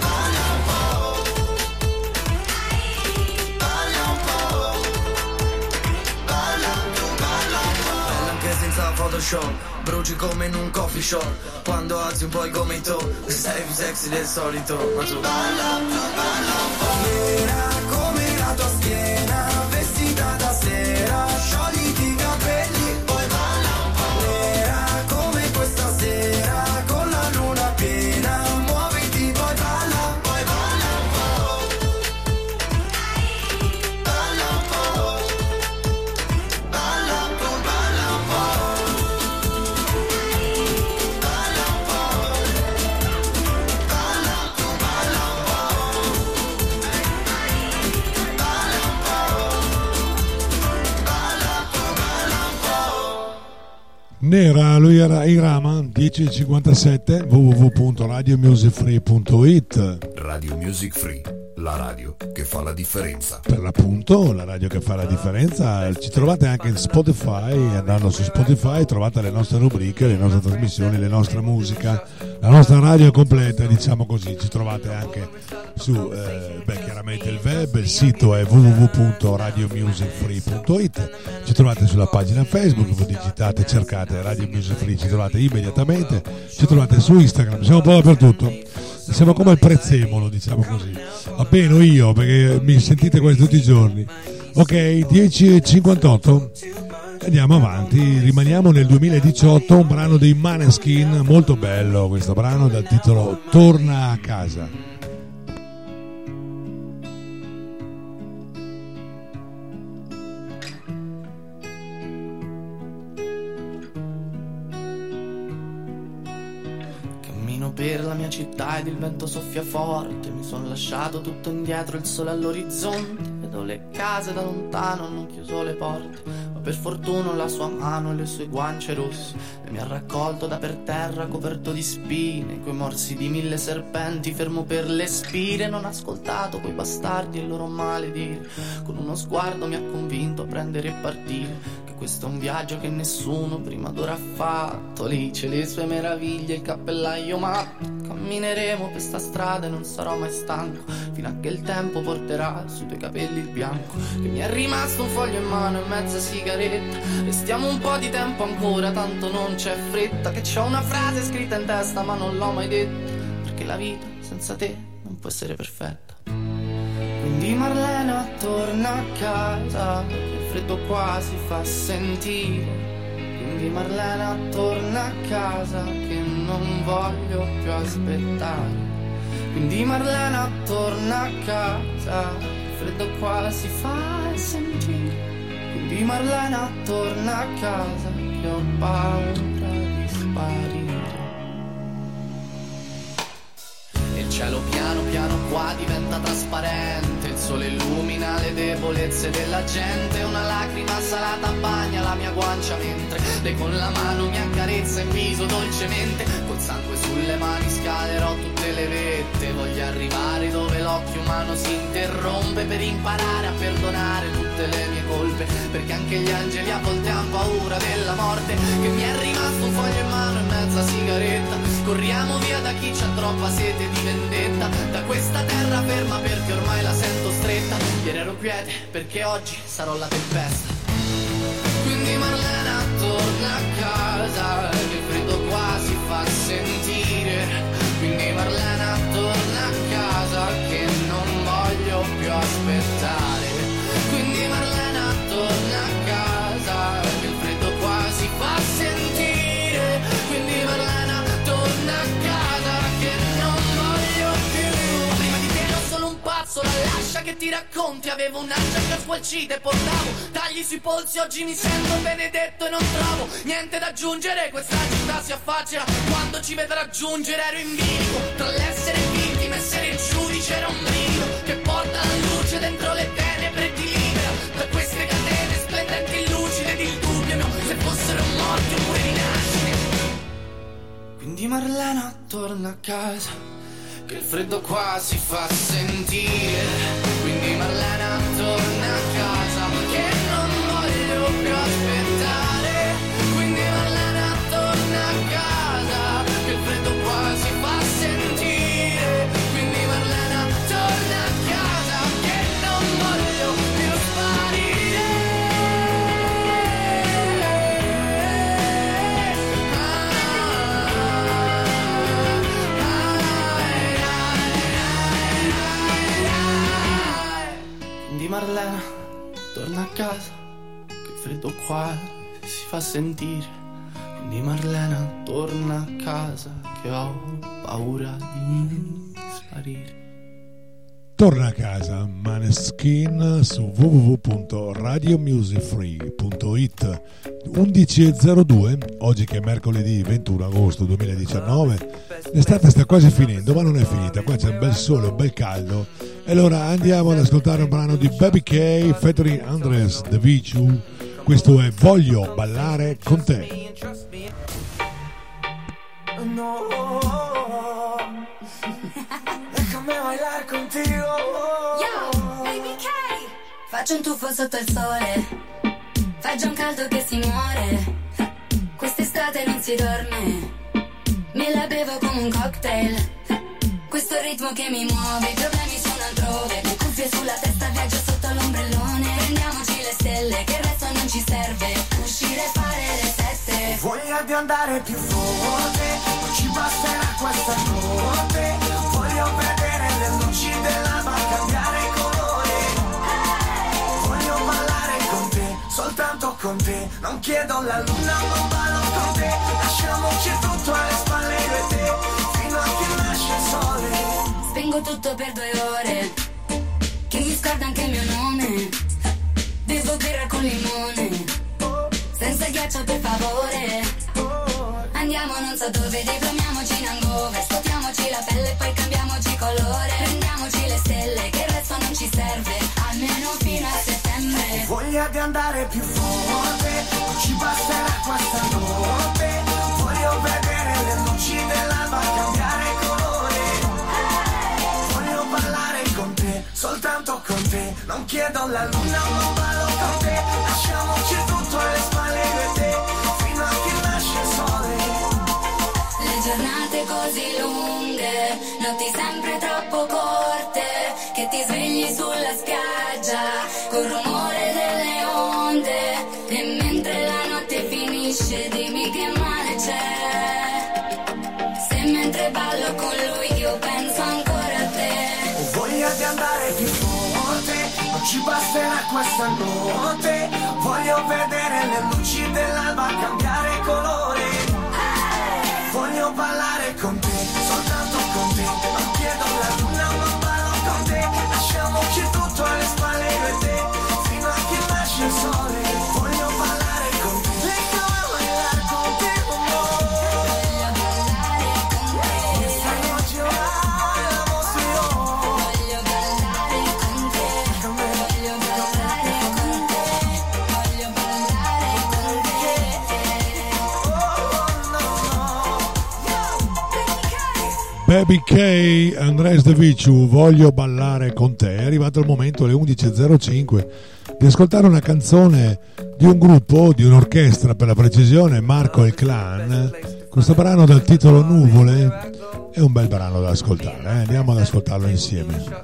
balla un po', balla un po', bella anche senza Photoshop, bruci come in un coffee shop, quando alzi un po' il gomito, sei più sexy del solito, ma tu balla un po', nera come la tua schiena, vestita da sera, sciogliti i capelli, poi balla un po', nera come questa sera, con la luna piena, muoviti, poi balla un po', balla un po', balla un po', balla un po'. Nera, lui era Irama, 10:57, www.radiomusicfree.it. Radio Music Free, la radio che fa la differenza. Per l'appunto, la radio che fa la differenza. Ci trovate anche in Spotify, andando su Spotify trovate le nostre rubriche, le nostre trasmissioni, la nostra musica, la nostra radio completa, diciamo così. Ci trovate anche su, chiaramente il web, il sito è www.radiomusicfree.it. Ci trovate sulla pagina Facebook, voi digitate, cercate Radio Music Free, ci trovate immediatamente. Ci trovate su Instagram, siamo un po' dappertutto. Siamo come il prezzemolo, diciamo così. Appena io, perché mi sentite quasi tutti i giorni. Ok, 10:58. Andiamo avanti, rimaniamo nel 2018, un brano dei Maneskin, molto bello questo brano dal titolo Torna a casa. Per la mia città ed il vento soffia forte, mi son lasciato tutto indietro, il sole all'orizzonte, vedo le case da lontano, non chiuso le porte, ma per fortuna la sua mano e le sue guance rosse, e mi ha raccolto da per terra coperto di spine, coi morsi di 1000 serpenti, fermo per le spine, non ho ascoltato quei bastardi e il loro maledire, con uno sguardo mi ha convinto a prendere e partire, che questo è un viaggio che nessuno prima d'ora ha fatto. Lì c'è le sue meraviglie, il cappellaio matto. Cammineremo per sta strada e non sarò mai stanco, fino a che il tempo porterà sui tuoi capelli il bianco. Che mi è rimasto un foglio in mano e mezza sigaretta. Restiamo un po' di tempo ancora, tanto non c'è fretta. Che c'ho una frase scritta in testa ma non l'ho mai detta, perché la vita senza te non può essere perfetta. Quindi Marlena torna a casa, il freddo qua si fa sentire. Quindi Marlena torna a casa, che non voglio più aspettare. Quindi Marlena torna a casa, il freddo qua si fa sentire. Quindi Marlena torna a casa, che ho paura di sparire. Il cielo piano piano qua diventa trasparente, il sole illumina le debolezze della gente. Una lacrima salata bagna la mia guancia mentre lei con la mano mi accarezza il viso dolcemente. Col sangue sulle mani scalerò tutte le vette. Voglio arrivare dove l'occhio umano si interrompe, per imparare a perdonare tutte le mie colpe, perché anche gli angeli a volte hanno paura della morte. Che mi è rimasto un foglio in mano e mezza sigaretta. Corriamo via da chi c'ha troppa sete di vendetta, da questa terra ferma perché ormai la sento stretta. Ieri ero quiete perché oggi sarò la tempesta. Quindi Marlena torna a casa, che il freddo qua si fa sentire. Quindi Marlena torna a casa, che non voglio più aspettare. Quindi Marlena torna a casa, che il freddo qua si fa sentire. Quindi Marlena torna a casa, che non voglio più. Prima di te ero solo un pazzo, la lascia che ti racconti. Avevo un'ancia che squalcita e portavo tagli sui polsi. Oggi mi sento benedetto e non trovo niente da aggiungere. Questa città si affaccia quando ci vedrà giungere. Ero in bilico tra l'essere vittima e essere il giudice. Era un brivido che porta la luce dentro le tenebre e ti libera da queste catene splendenti e lucide ed il dubbio mio se fossero morti oppure rinascite. Quindi Marlena torna a casa, che il freddo qua si fa sentire. Quindi Marlena torna a casa, che non voglio più aspettare. Quindi Marlena torna a casa, che il freddo qua si fa sentire. Quindi Marlena torna a casa, che non voglio più sparire. Quindi Marlena torna a casa, che il freddo qua si fa sentire. Quindi Marlena torna a casa, che ho paura di sparire. Torna a casa, Maneskin su www.radiomusicfree.it. 11.02, oggi che è mercoledì 21 agosto 2019. L'estate sta quasi finendo, ma non è finita. Qua c'è un bel sole, un bel caldo. E allora andiamo ad ascoltare un brano di Baby K featuring Andres De Vici. Questo è Voglio ballare con te. No, déjame bailar contigo. Yo, Baby K. Faccio un tuffo sotto il sole, fa già un caldo che si muore. Quest'estate non si dorme, me la bevo come un cocktail. Questo ritmo che mi muove, i problemi sono altrove. Le cuffie sulla testa, viaggio sotto l'ombrellone. Prendiamoci le stelle, che il resto non ci serve. Uscire e fare le sette. Voglia di andare più forte, non ci basterà questa notte. Voglio vedere le luci dell'alba cambiare colore. Voglio ballare con te, soltanto con te. Non chiedo la luna, ma ballo con te. Lasciamoci tutto alle spalle io e te, fino a che nasce il sole. Spengo tutto per 2 ore, che mi scorda anche il mio nome. Bevo birra con limone, senza ghiaccio per favore. Andiamo non so dove, diplomiamoci in hangover. Scopriamoci la pelle e poi cambiamoci colore. Prendiamoci le stelle, che il resto non ci serve, almeno fino a settembre. Voglia di andare più forte, non ci basterà questa notte. Voglio vedere le luci dell'alba cambiare colore. Voglio ballare con te, soltanto con te. Non chiedo la luna, ma ballo con te. Lasciamoci tutto alle spalle. lunghe, notti sempre troppo corte, che ti svegli sulla spiaggia col rumore delle onde, e mentre la notte finisce dimmi che male c'è, se mentre ballo con lui io penso ancora a te. Ho voglia di andare più forte, non ci basterà questa notte, voglio vedere le luci dell'alba cambiare colore, voglio ballare con te, soltanto con te, non chiedo la luna ma ballo con te, lasciamoci tutto alle spalle io e te, fino a che nasce il sole, voglio ballare con te, e come ballare con te, voglio ballare con te, questa notte ora la mostro io, voglio ballare con te, voglio ballare con te, voglio ballare con te, oh no no. Baby K, Andres De Viciu, voglio ballare con te. È arrivato il momento alle 11.05 di ascoltare una canzone di un gruppo, di un'orchestra per la precisione, Marco e il Clan. Questo brano dal titolo Nuvole è un bel brano da ascoltare, andiamo ad ascoltarlo insieme.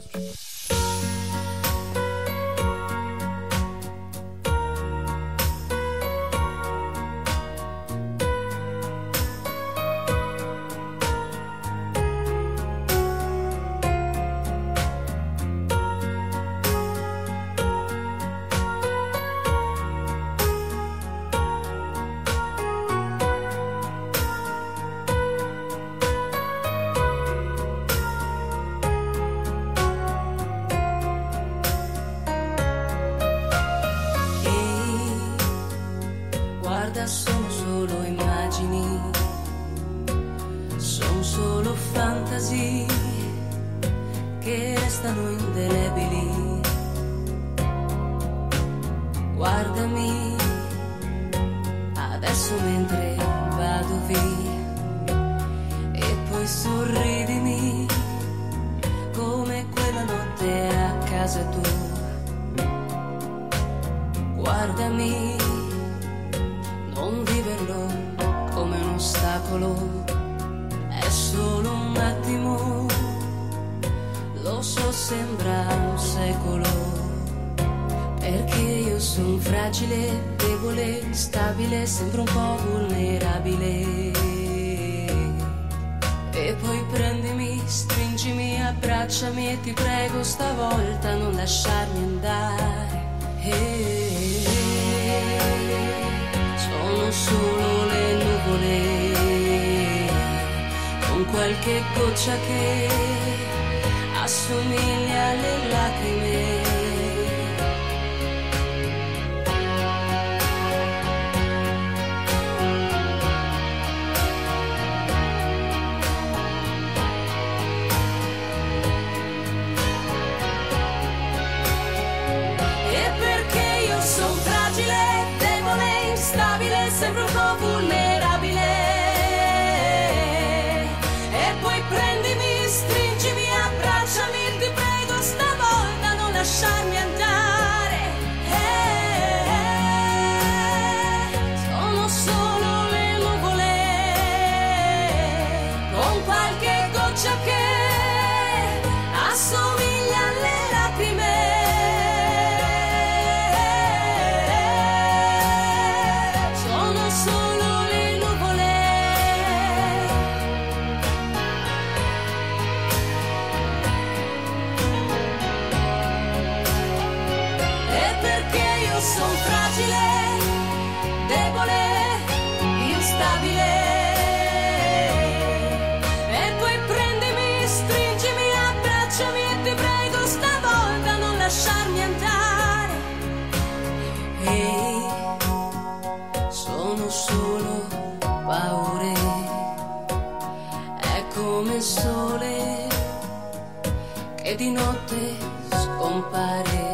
Guarda, sono solo immagini, sono solo fantasie che restano indelebili. Guardami adesso mentre vado via e poi sorridimi come quella notte a casa tua. Guardami, non viverlo come un ostacolo, è solo un attimo, lo so sembra un secolo, perché io sono fragile, debole, instabile, sempre un po' vulnerabile. E poi prendimi, stringimi, abbracciami e ti prego stavolta non lasciarmi andare. Sono solo le nuvole con qualche goccia che assomiglia alle lacrime. E perché io sono fragile, debole, instabile, sempre un po' vulnerabile. E poi prendimi, stringimi, abbracciami, ti prego stavolta non lasciarmi andare. Sono solo le nuvole con qualche goccia che assomiglia alle lacrime. Sono solo le nuvole. E perché io sono fragile, debole, instabile. E poi prendimi, stringimi, abbracciami e ti prego stavolta non lasciarmi andare. Ehi, sono solo paure, è come il sole che di notte scompare.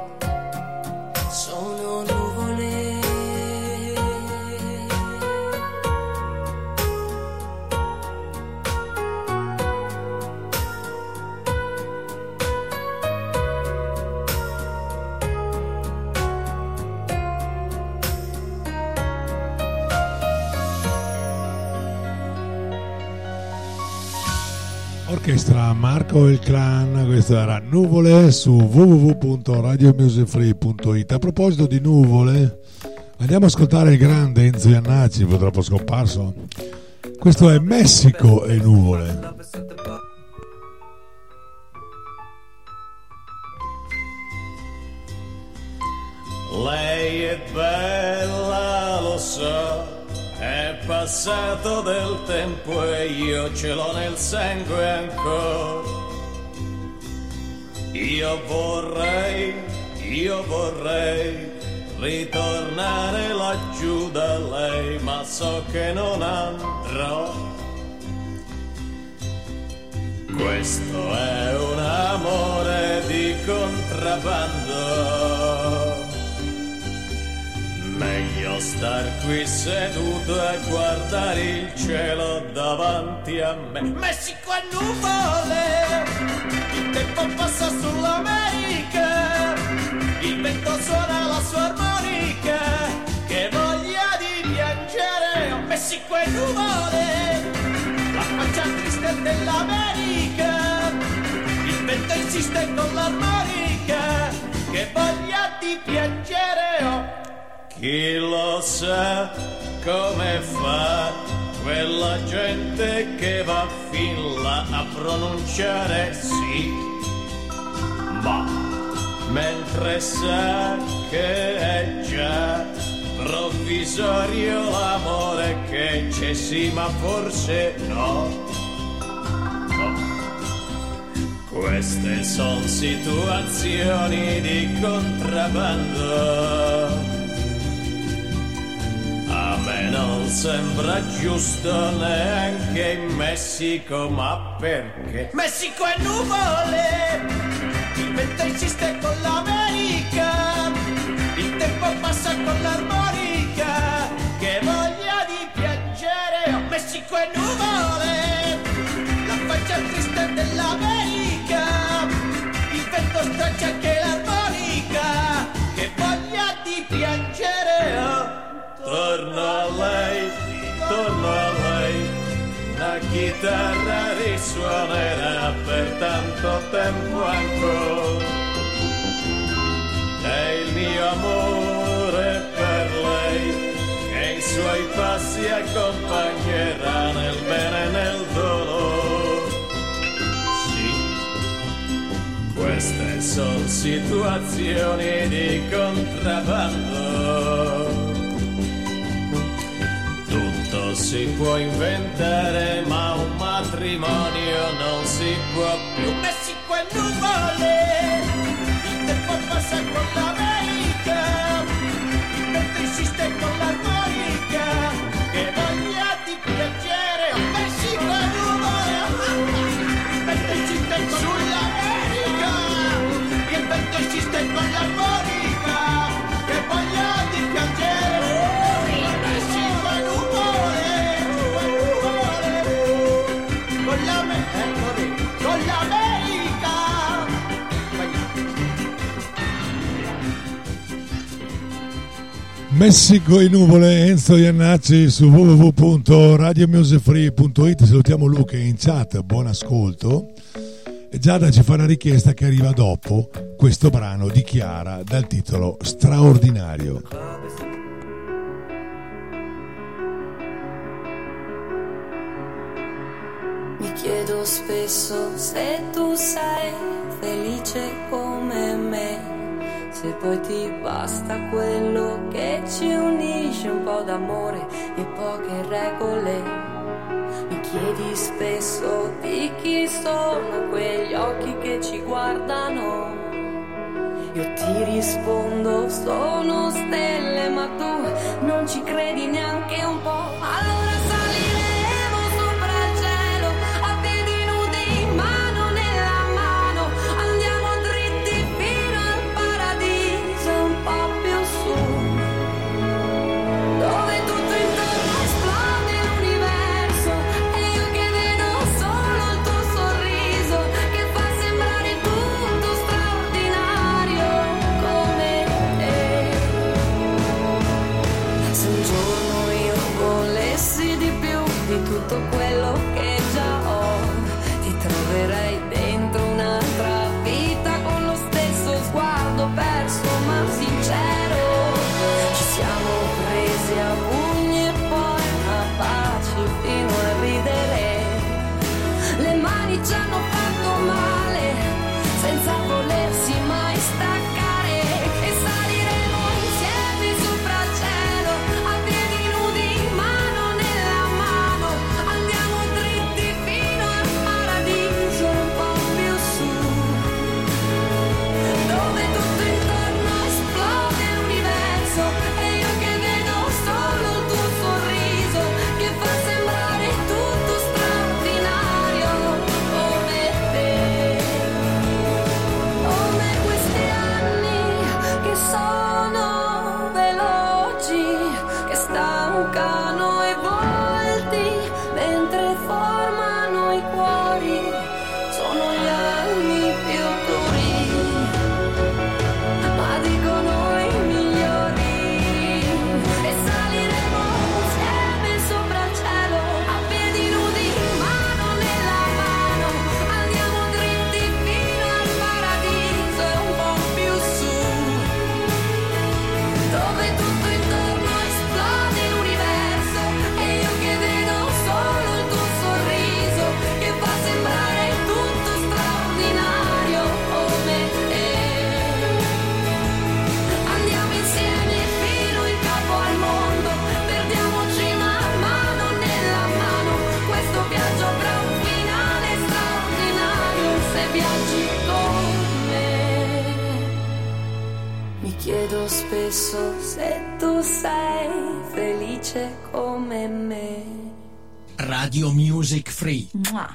Sono nuvole. Orchestra Marco e il Clan, questo era Nuvole su www.radiomusicfree.it. A proposito di nuvole, andiamo a ascoltare il grande Enzo Iannacci, purtroppo scomparso. Questo è Messico e nuvole. Lei è bella, lo so, è passato del tempo e io ce l'ho nel sangue ancora. Io vorrei ritornare laggiù da lei, ma so che non andrò. Questo è un amore di contrabbando. Meglio star qui seduto a guardare il cielo davanti a me. Messico è nuvole, il tempo passa sull'America, il vento suona la sua armonica, che voglia di piangere. Oh, Messico è nuvole, la faccia triste dell'America, il vento insiste con l'armonica, che voglia di piangere. Oh, chi lo sa come fa quella gente che va fin là a pronunciare sì, ma mentre sa che è già provvisorio l'amore che c'è sì, ma forse no. Queste son situazioni di contrabbando. A me non sembra giusto neanche in Messico, ma perché? Messico è nuvole, il vento insiste con l'America, il tempo passa con l'armonica, che voglia di piangere. Oh, Messico è nuvole, la faccia triste dell'America, il vento straccia anche l'armonica, che voglia di piangere. Oh, torno a lei, la chitarra risuonerà per tanto tempo ancora, è il mio amore per lei, che i suoi passi accompagnerà nel bene e nel dolore. Sì, queste sono situazioni di contrabbando. Tutto si può inventare, ma un matrimonio non si può più. Messico è nuvole, il tempo passa con l'America, il vento insiste con l'armonica, che voglia di piacere. Oh, Messico è nuvole, il vento insiste con l'America, il vento insiste con l'armonica, che voglia di piacere. Con l'America. Messico e nuvole, Enzo Iannacci su www.radiomusicfree.it. Salutiamo Luca in chat, buon ascolto. E Giada ci fa una richiesta che arriva dopo questo brano di Chiara dal titolo Straordinario. Mi chiedo spesso se tu sei felice come me, se poi ti basta quello che ci unisce, un po' d'amore e poche regole. Mi chiedi spesso di chi sono quegli occhi che ci guardano. Io ti rispondo sono stelle, ma tu non ci credi neanche un po'. Allora saliremo sopra il cielo a piedi nudi, mano nella mano, andiamo dritti fino al paradiso, un po' più su, dove tutto intorno esplode l'universo e io che vedo solo il tuo sorriso che fa sembrare tutto straordinario come te. poi ci hanno fatto male, senza volersi mai staccare, e saliremo insieme sopra il cielo, a piedi nudi, mano nella mano, andiamo dritti fino al paradiso, un po' più su, dove tutto intorno esplode l'universo, e io che vedo solo il tuo sorriso, che fa sembrare tutto straordinario, come te, come questi anni che sono veloci, che stancano i volti, mentre formano i cuori, sono gli anni più duri, ma dicono i migliori, e saliremo insieme sopra il cielo, a piedi nudi, mano nella mano, andiamo dritti fino al paradiso e un po' più su, dove tutto intorno esplode l'universo, e io che vedo solo il tuo sorriso, che fa sembrare tutto straordinario, come te. Andiamo insieme fino in capo al mondo, perdiamoci mano nella mano, questo viaggio avrà un finale straordinario, se viaggi con me. Mi chiedo spesso se tu sei felice come me. Radio Music Free.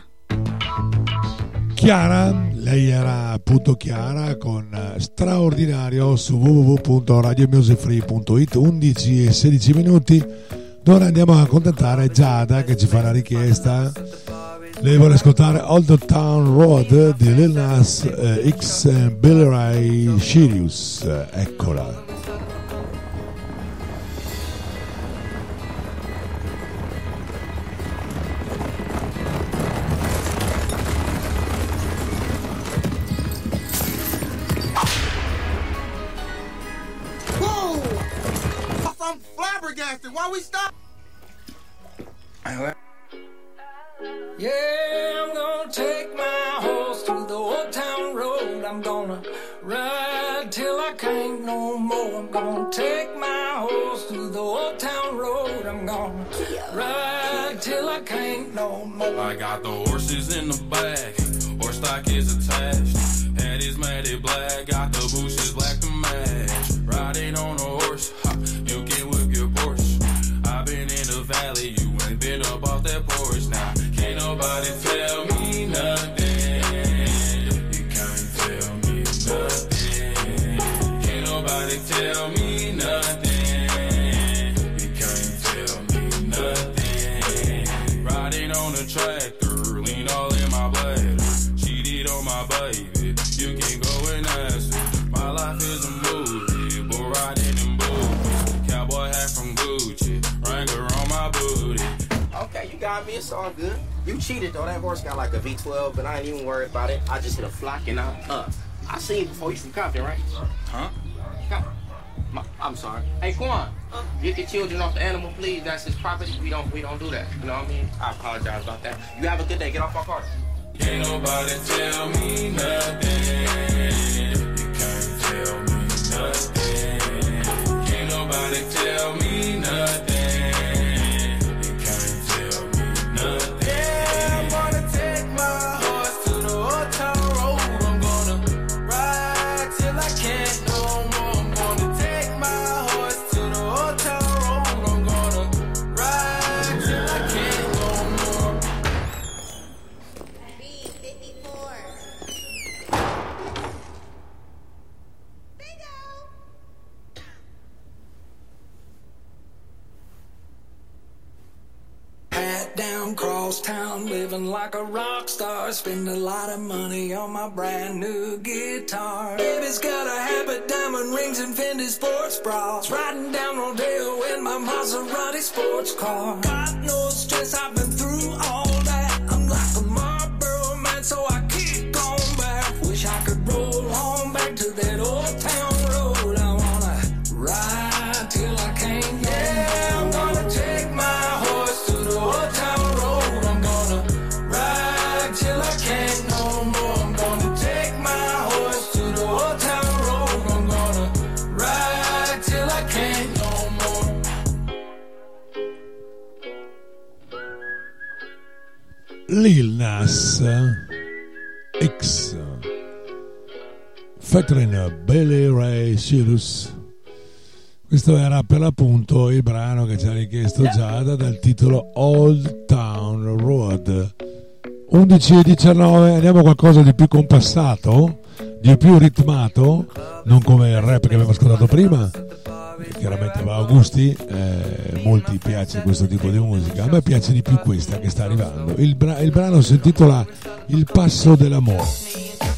Chiara, lei era appunto Chiara con Straordinario su www.radiomusicfree.it, 11 e 16 minuti. Ora andiamo a contattare Giada che ci fa la richiesta. Lei vuole ascoltare Old Town Road di Lil Nas X e Billy Ray Cyrus. Eccola. Whoa! I'm flabbergasted. Why we stop? Yeah, I'm gonna take my horse through the old town road. I'm gonna ride till I can't no more. I'm gonna take my horse through the old town road. I'm gonna ride till I can't no more. I got the horses in the back, horse stock is attached. Head is matted black, got the bushes black to match. Riding on a horse, ha, you can whip your Porsche. I've been in the valley, you ain't been up off that porch. Now, can't nobody tell me nothing. You can't tell me nothing. Can't nobody tell me nothing. You can't tell me nothing. Riding on a tractor, lean all in my bladder. Cheated on my baby, you can go and ask her. My life is a movie, bull riding in boots. Cowboy hat from Gucci, Wrangler on my booty. Okay, you got me, it's all good. You cheated though, that horse got like a V12, but I ain't even worried about it. I just hit a flock and I'm up. I seen you before, you from Compton, right? Huh? I'm sorry. Hey, Quan, get the children off the animal, please. That's his property. We don't do that. You know what I mean? I apologize about that. You have a good day. Get off my car. Can't nobody tell me nothing. You can't tell me nothing. Can't nobody tell me nothing. You can't tell me nothing. Yeah, I'm gonna take my horse to the old town road. I'm gonna ride till I can't no more. I'm gonna take my horse to the old town road. I'm gonna ride till I can't no more. Hat down, cross town, living like a rock star. Spend a lot of money on my brand new guitar. Baby's got a habit, diamond rings and Fendi sports bras. Riding down Rodeo in my Maserati sports car. Got no stress, I've been through all that. I'm like a Marlboro man, so I kick on back. Wish I could roll on back to that old town road. I wanna ride till I can't. Yeah, I'm gonna take my horse to the old town road. I'm gonna ride till I can't. Nas X featuring Billy Ray Cyrus. Questo era per l'appunto il brano che ci ha richiesto Giada dal titolo Old Town Road. 11:19, andiamo a qualcosa di più compassato, di più ritmato, non come il rap che abbiamo ascoltato prima. Chiaramente va a gusti, molti piace questo tipo di musica, a me piace di più questa che sta arrivando. Il brano si intitola Il passo dell'amore.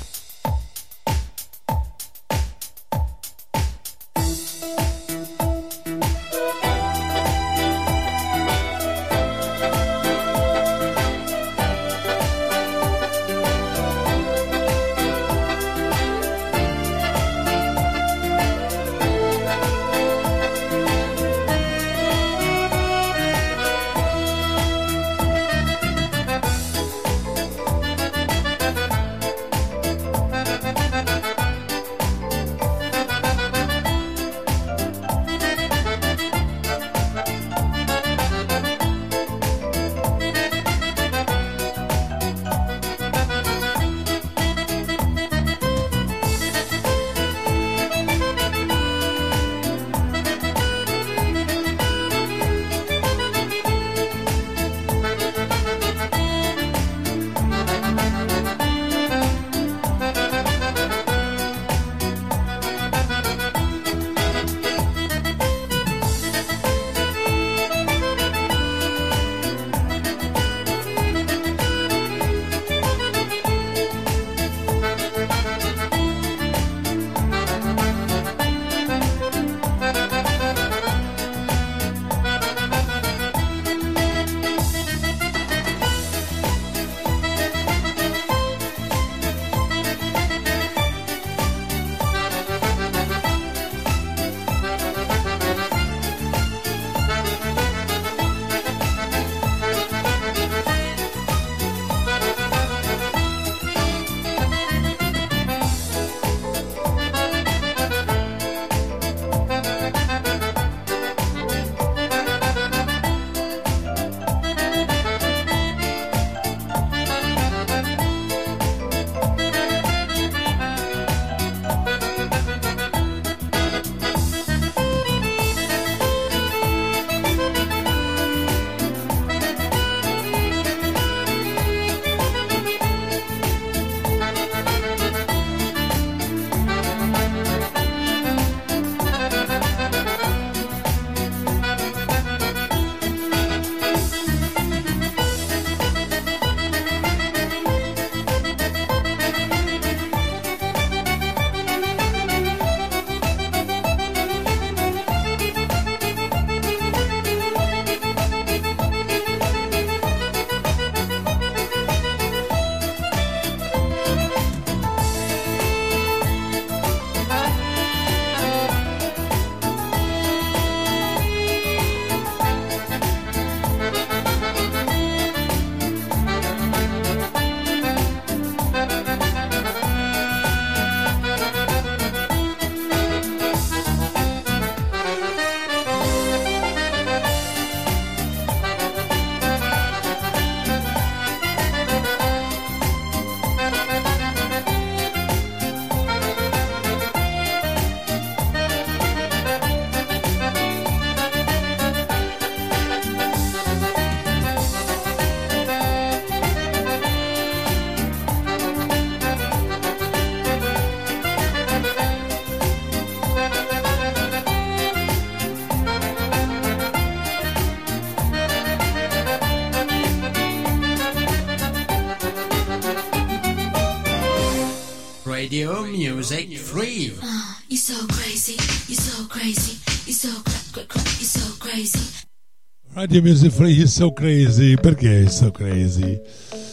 Radio Music Free. You're so crazy, you're so crazy, you're so you're so crazy. Radio Music Free, you're so crazy. Perché so crazy?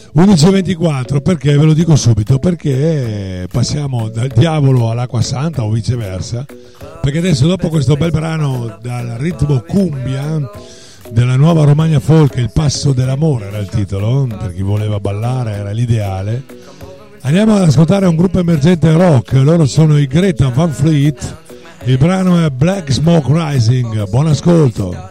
11:24, perché ve lo dico subito, perché passiamo dal diavolo all'acqua santa o viceversa, perché adesso dopo questo bel brano dal ritmo cumbia della nuova Romagna Folk, Il passo dell'amore era il titolo, per chi voleva ballare era l'ideale. Andiamo ad ascoltare un gruppo emergente rock, loro sono i Greta Van Fleet, il brano è Black Smoke Rising, buon ascolto.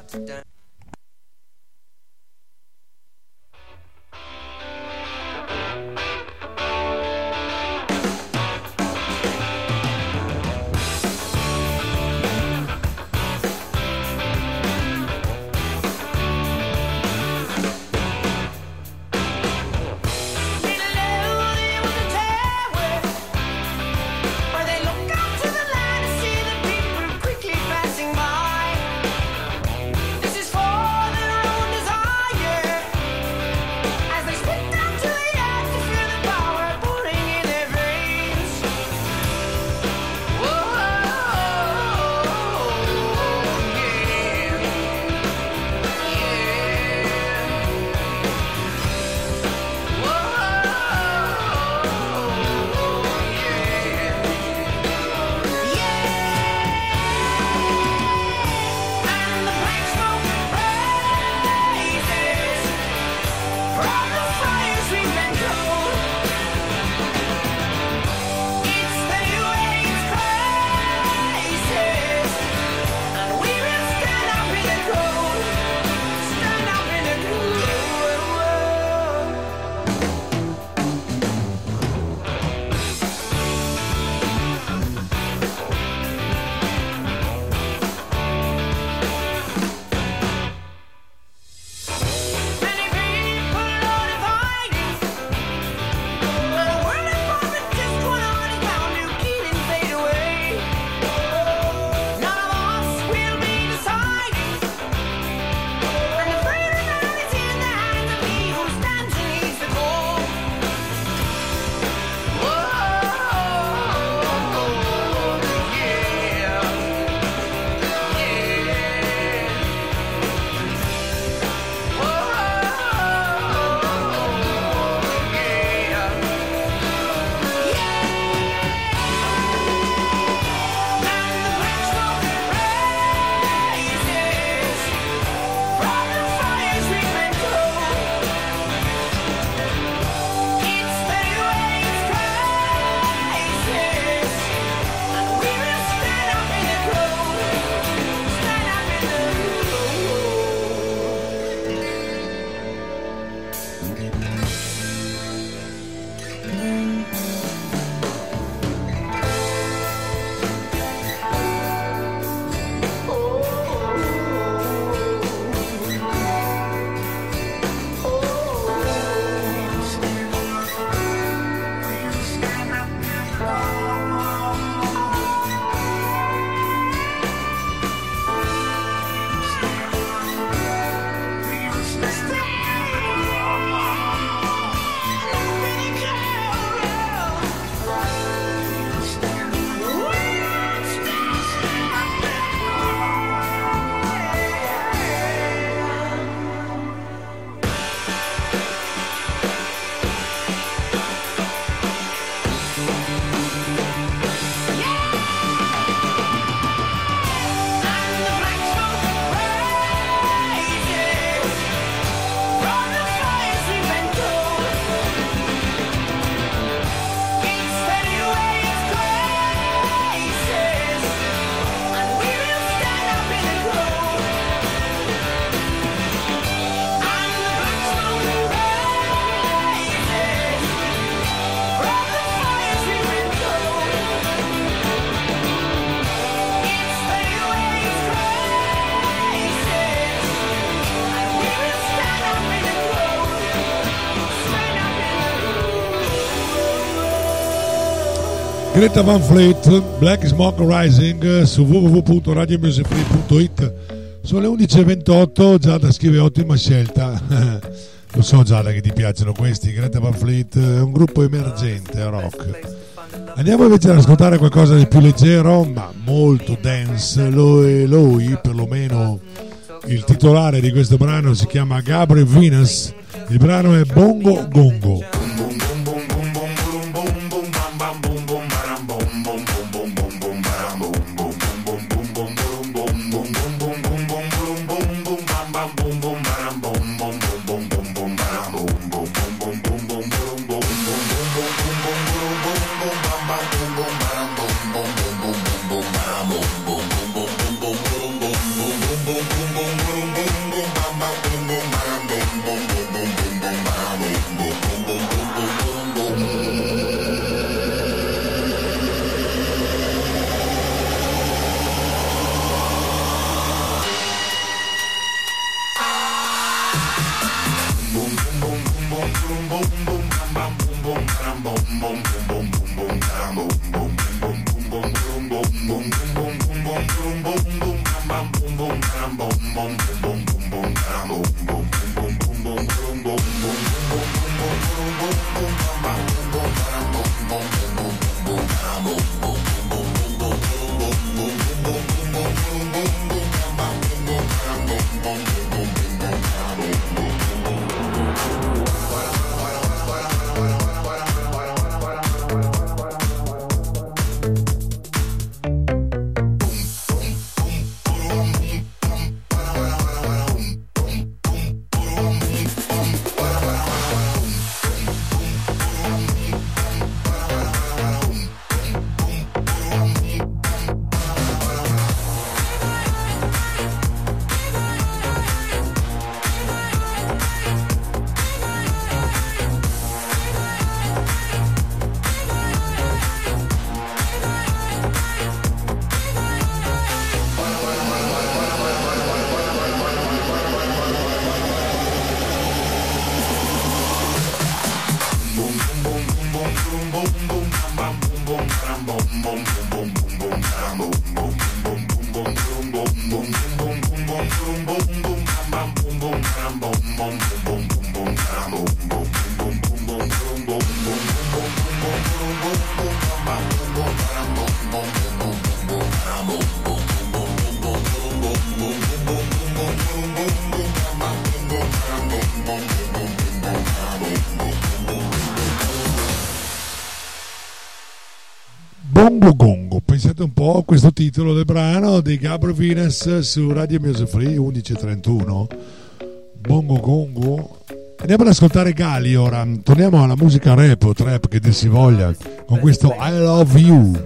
Greta Van Fleet, Black Smoke Rising su www.radiomusicfree.it. Sono le 11.28, Giada scrive ottima scelta. Lo so Giada che ti piacciono questi. Greta Van Fleet è un gruppo emergente rock. Andiamo invece ad ascoltare qualcosa di più leggero ma molto dance. Lui perlomeno il titolare di questo brano si chiama Gabriel Venus. Il brano è Bongo Gongo. Bongo Gongo, pensate un po' a questo titolo del brano di Gabriel Venus su Radio Music Free 11.31. Bongo Gongo. Andiamo ad ascoltare Gali ora, torniamo alla musica rap o trap che dir si voglia con questo I Love You.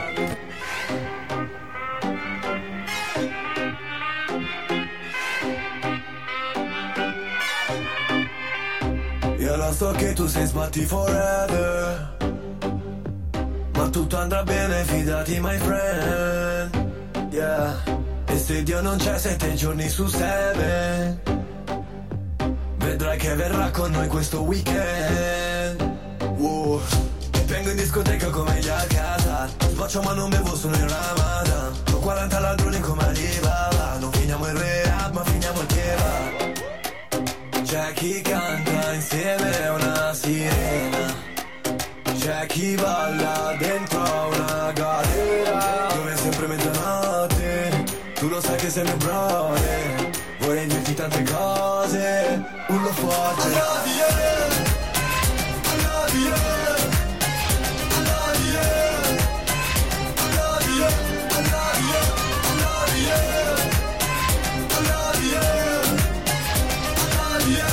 Io lo so che tu sei sbatti forever, ma tutto andrà bene, fidati my friend, yeah. E se Dio non c'è 7 giorni su 7, vedrai che verrà con noi questo weekend. Wow. Vengo in discoteca come gli Alcazar, sboccio ma non bevo, sono in Ramadan. Ho 40 ladroni come Alibaba, non finiamo il rehab ma finiamo il kebab. C'è chi canta insieme a una sirena, c'è chi balla dentro a una galera, dove è sempre mezzanotte, tu lo sai che sei mio brother. Vorrei dirti tante cose, urlo forte. I love you, I love you, I love you, I love you, I love you, I love you, I love you, I love you,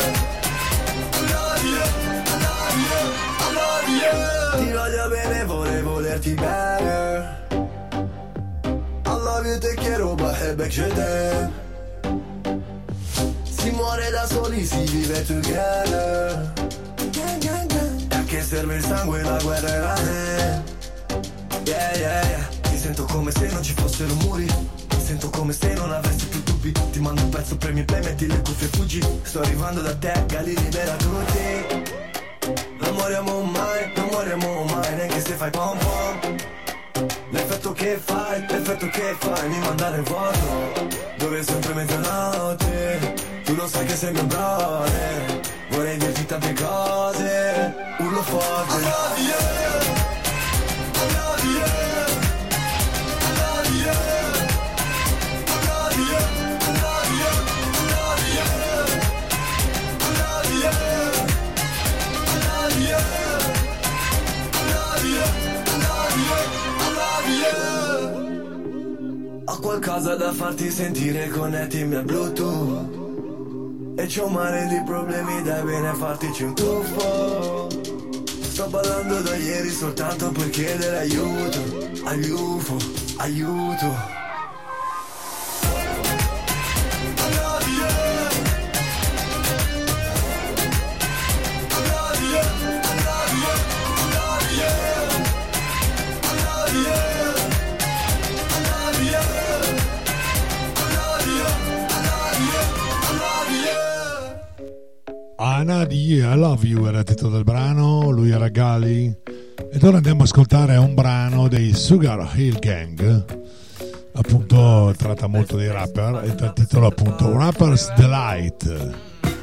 I love you, I love you. Ti voglio bene, vorrei volerti bene. I love you, te quiero, baby, je t'aime. Si muore da soli, si vive together. E a che serve il sangue e la guerra è la te. Yeah, yeah, yeah. Mi sento come se non ci fossero muri, mi sento come se non avessi più dubbi. Ti mando un pezzo, premi play, metti le cuffie e fuggi. Sto arrivando da te, Gali libera tutti. Non moriamo mai, neanche se fai pom pom, l'effetto che fai mi manda nel vuoto, dove sempre mezzanotte, tu lo sai che sei mio brother, vorrei dirti tante cose, urlo forte. I love you, I love you, I love you, I love you, I love you, I love you, I love you, I love you, I love you. Ho qualcosa da farti sentire, connettimi al Bluetooth. E c'ho un mare di problemi, dai bene fartici un tuffo. Sto ballando da ieri soltanto per chiedere aiuto, aiuto, aiuto. Nadia, I Love You era il titolo del brano, lui era Gali. Ed ora andiamo a ascoltare un brano dei Sugar Hill Gang, appunto tratta molto dei rapper, e dal titolo appunto Rapper's Delight.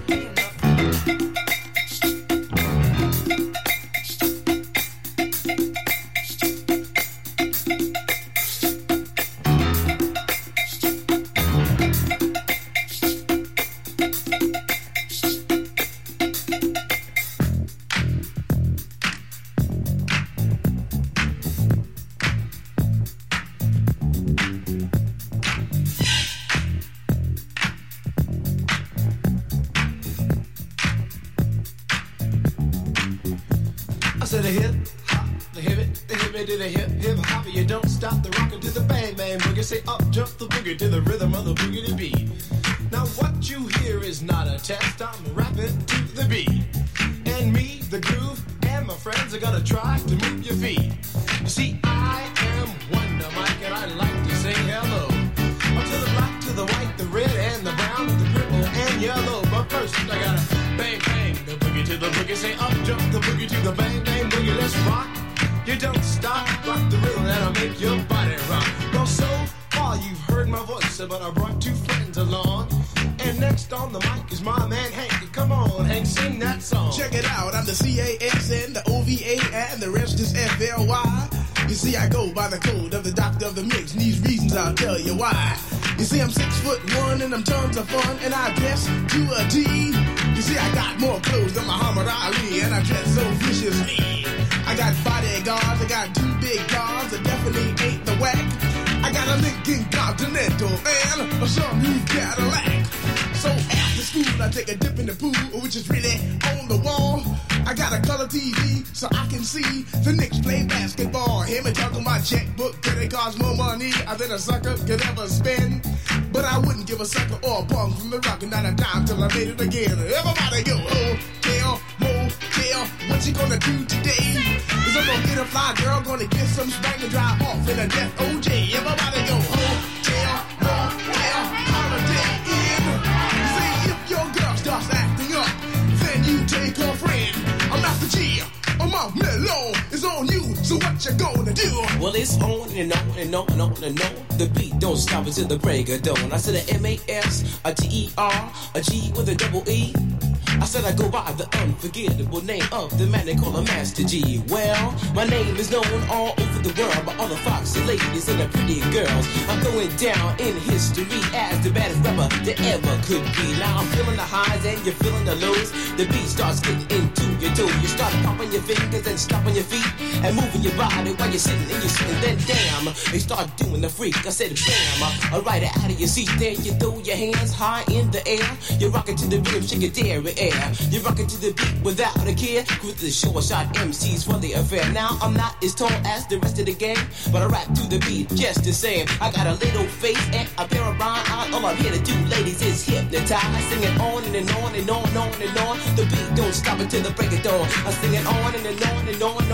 Say up, jump the boogie to the rhythm of the boogie beat. Now what you hear is not a test, I'm rapping to the beat. And me, the groove, and my friends are gonna try to move your feet. You see, I am Wonder Mike and I like to say hello. Up to the black, to the white, the red, and the brown, the purple, and yellow. But first I gotta bang, bang, the boogie to the boogie. Say up, jump the boogie to the bang, bang, boogie. Let's rock. You don't stop, rock the rhythm that'll make your body rock. Go so far, you've heard my voice, but I brought two friends along. And next on the mic is my man Hank. Come on, Hank, sing that song. Check it out, I'm the CASN, the OVA, and the rest is FLY. You see, I go by the code of the doctor of the mix, and these reasons I'll tell you why. You see, I'm 6'1" and I'm tons of fun, and I dress to a T. You see, I got more clothes than Muhammad Ali, and I dress so viciously. I got bodyguards, I got two big cars that definitely ain't the whack. I got a Lincoln Continental and a some new Cadillac. So after school I take a dip in the pool, which is really on the wall. I got a color TV so I can see the Knicks play basketball. Hear me talking my checkbook, cause it costs more money than a sucker could ever spend. But I wouldn't give a sucker or a punk from the rock and not a dime till I made it again. Everybody go, hotel, motel, what you gonna do today? Cause I'm gonna get a fly girl, gonna get some spank and drive off in a death OJ. Everybody go, hotel, motel, holiday inn. See, if your girl starts acting up, then you take her friend. I'm not the G, I'm out mellow, it's on you, so what you gonna do? Well, it's on and on and on and on and on. The beat don't stop until the break of dawn. I said a M-A-S, a T-E-R, a G with a double E. I said I go by the unforgettable name of the man they call a Master G. Well, my name is known all over the world by all the foxy ladies and the pretty girls. I'm going down in history as the baddest rapper that ever could be. Now I'm feeling the highs and you're feeling the lows. The beat starts getting into your toe. You start popping your fingers and stomping your feet and moving your body while you're sitting and you're sitting. Then damn, they start doing the freak. I said bam, right out of your seat. There you throw your hands high in the air. You're rocking to the rhythm, shake your dairy air. You're rocking to the beat without a care. With the short shot MCs for the affair. Now I'm not as tall as the rest of the gang, but I rap to the beat just the same. I got a little face and a pair of rhyme eyes. All I'm here to do, ladies, is hypnotize. Sing it on and on and on and on and on. The beat don't stop until the break of dawn. I sing it on and on and on and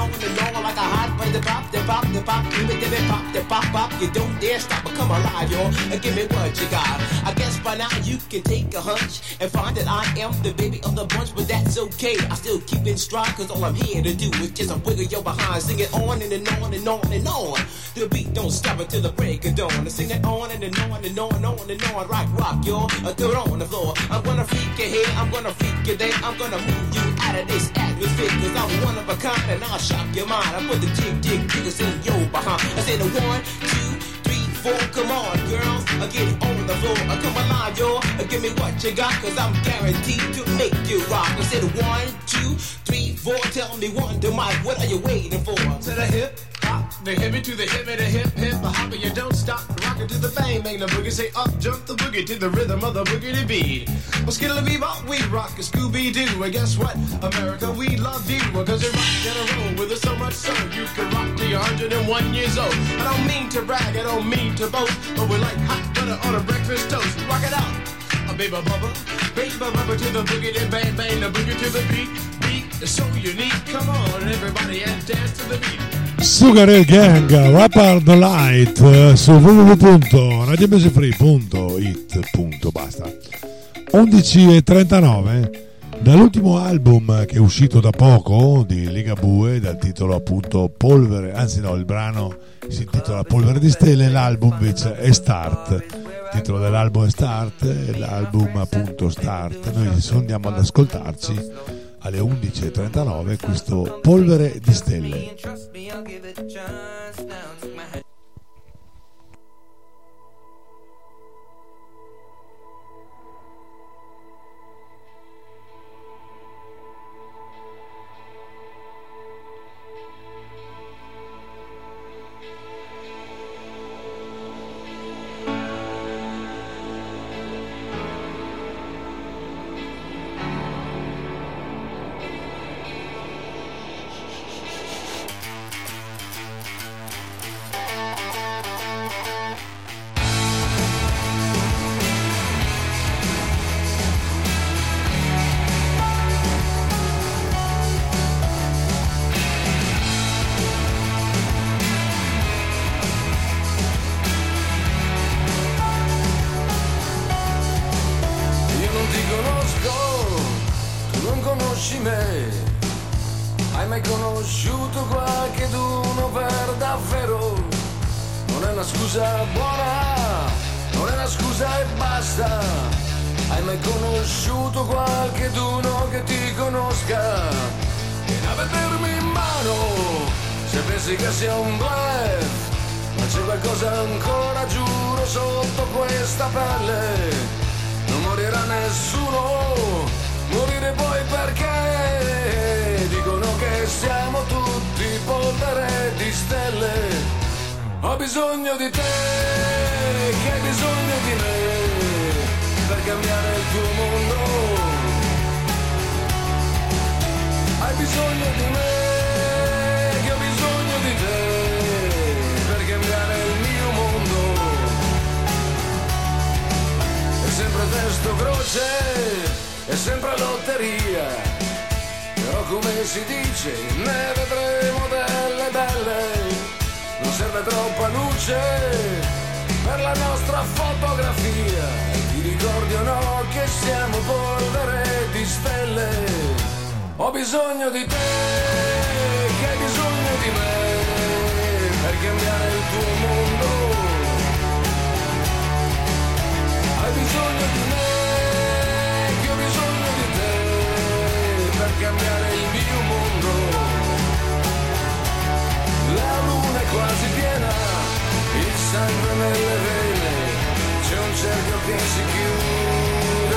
on like a hot butter. Pop, the pop, the pop, give it, pop, the pop, pop. You don't dare stop or come alive, y'all. Give me what you got. I guess by now you can take a hunch and find that I am the baby of the bunch, but that's okay. I still keep in stride, cause all I'm here to do is just a wiggle your behind. Sing it on and on and on and on. The beat don't stop until the break of dawn. I sing it on and on and on and on and on. Rock, y'all. Do it on the floor. I'm gonna freak you here, I'm gonna freak you there. I'm gonna move you out of this atmosphere, cause I'm one of a kind and I'll shock your mind. I put the jiggers in your behind. I say the 1, 2, 3, 4, come on, girls, get it on the floor. Come alive, y'all, give me what you got, cause I'm guaranteed to make you rock. I said 1, 2, 3, 4, tell me one to Mike, what are you waiting for? To the hip, hop, the hippie to the hip, and the hip, hip, the hopper, you don't stop, rock it to the bang, bang the boogie, say up, jump the boogie to the rhythm of the boogie beat. Well, skittle bebop, we rock a Scooby-Doo, and guess what, America, we love you, cause you rock and a roll with us so much so, you can rock till you're 101 years old. I don't mean to brag, I don't mean to boast, but we're like hot butter on a breakfast toast. Rock it out, baby bubba to the boogie, then bang bang the boogie to the beat. Beat is so unique. Come on, everybody, and dance to the beat. Sugar Ray Gang, Rapper the Light su www.radiomusicfree.it. Basta. 11:39 dall'ultimo album che è uscito da poco di Ligabue, dal titolo appunto Polvere, anzi no, il brano si intitola Polvere di Stelle, l'album invece è Start. Il titolo dell'album è Start, l'album appunto Start. Noi andiamo ad ascoltarci alle 11:39 questo Polvere di Stelle. Hai mai conosciuto qualcheduno per davvero? Non è una scusa buona, non è una scusa e basta. Hai mai conosciuto qualcheduno che ti conosca? Vieni a vedermi in mano, se pensi che sia un bluff. Ma c'è qualcosa ancora, giuro, sotto questa pelle. Non morirà nessuno, morire poi perché dicono che siamo tutti polvere di stelle. Ho bisogno di te, che hai bisogno di me, per cambiare il tuo mondo. Hai bisogno di me, che ho bisogno di te, per cambiare il mio mondo. È sempre testo croce, è sempre lotteria, però come si dice ne vedremo delle belle. Non serve troppa luce per la nostra fotografia, ti ricordi o no che siamo polvere di stelle. Ho bisogno di te, che hai bisogno di me, per cambiare il tuo mondo. Hai bisogno di me, che ho bisogno di te, per cambiare il mio mondo. La luna è quasi piena, il sangue nelle vene, c'è un cerchio che si chiude.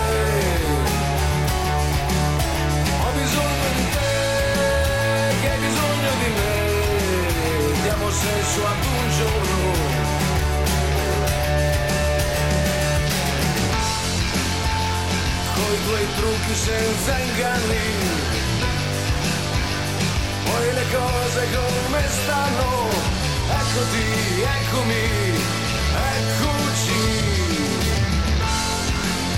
Ho bisogno di te, che hai bisogno di me, diamo senso ad un giorno. Coi tuoi trucchi senza inganni, poi le cose come stanno, eccoti, eccomi, eccoci.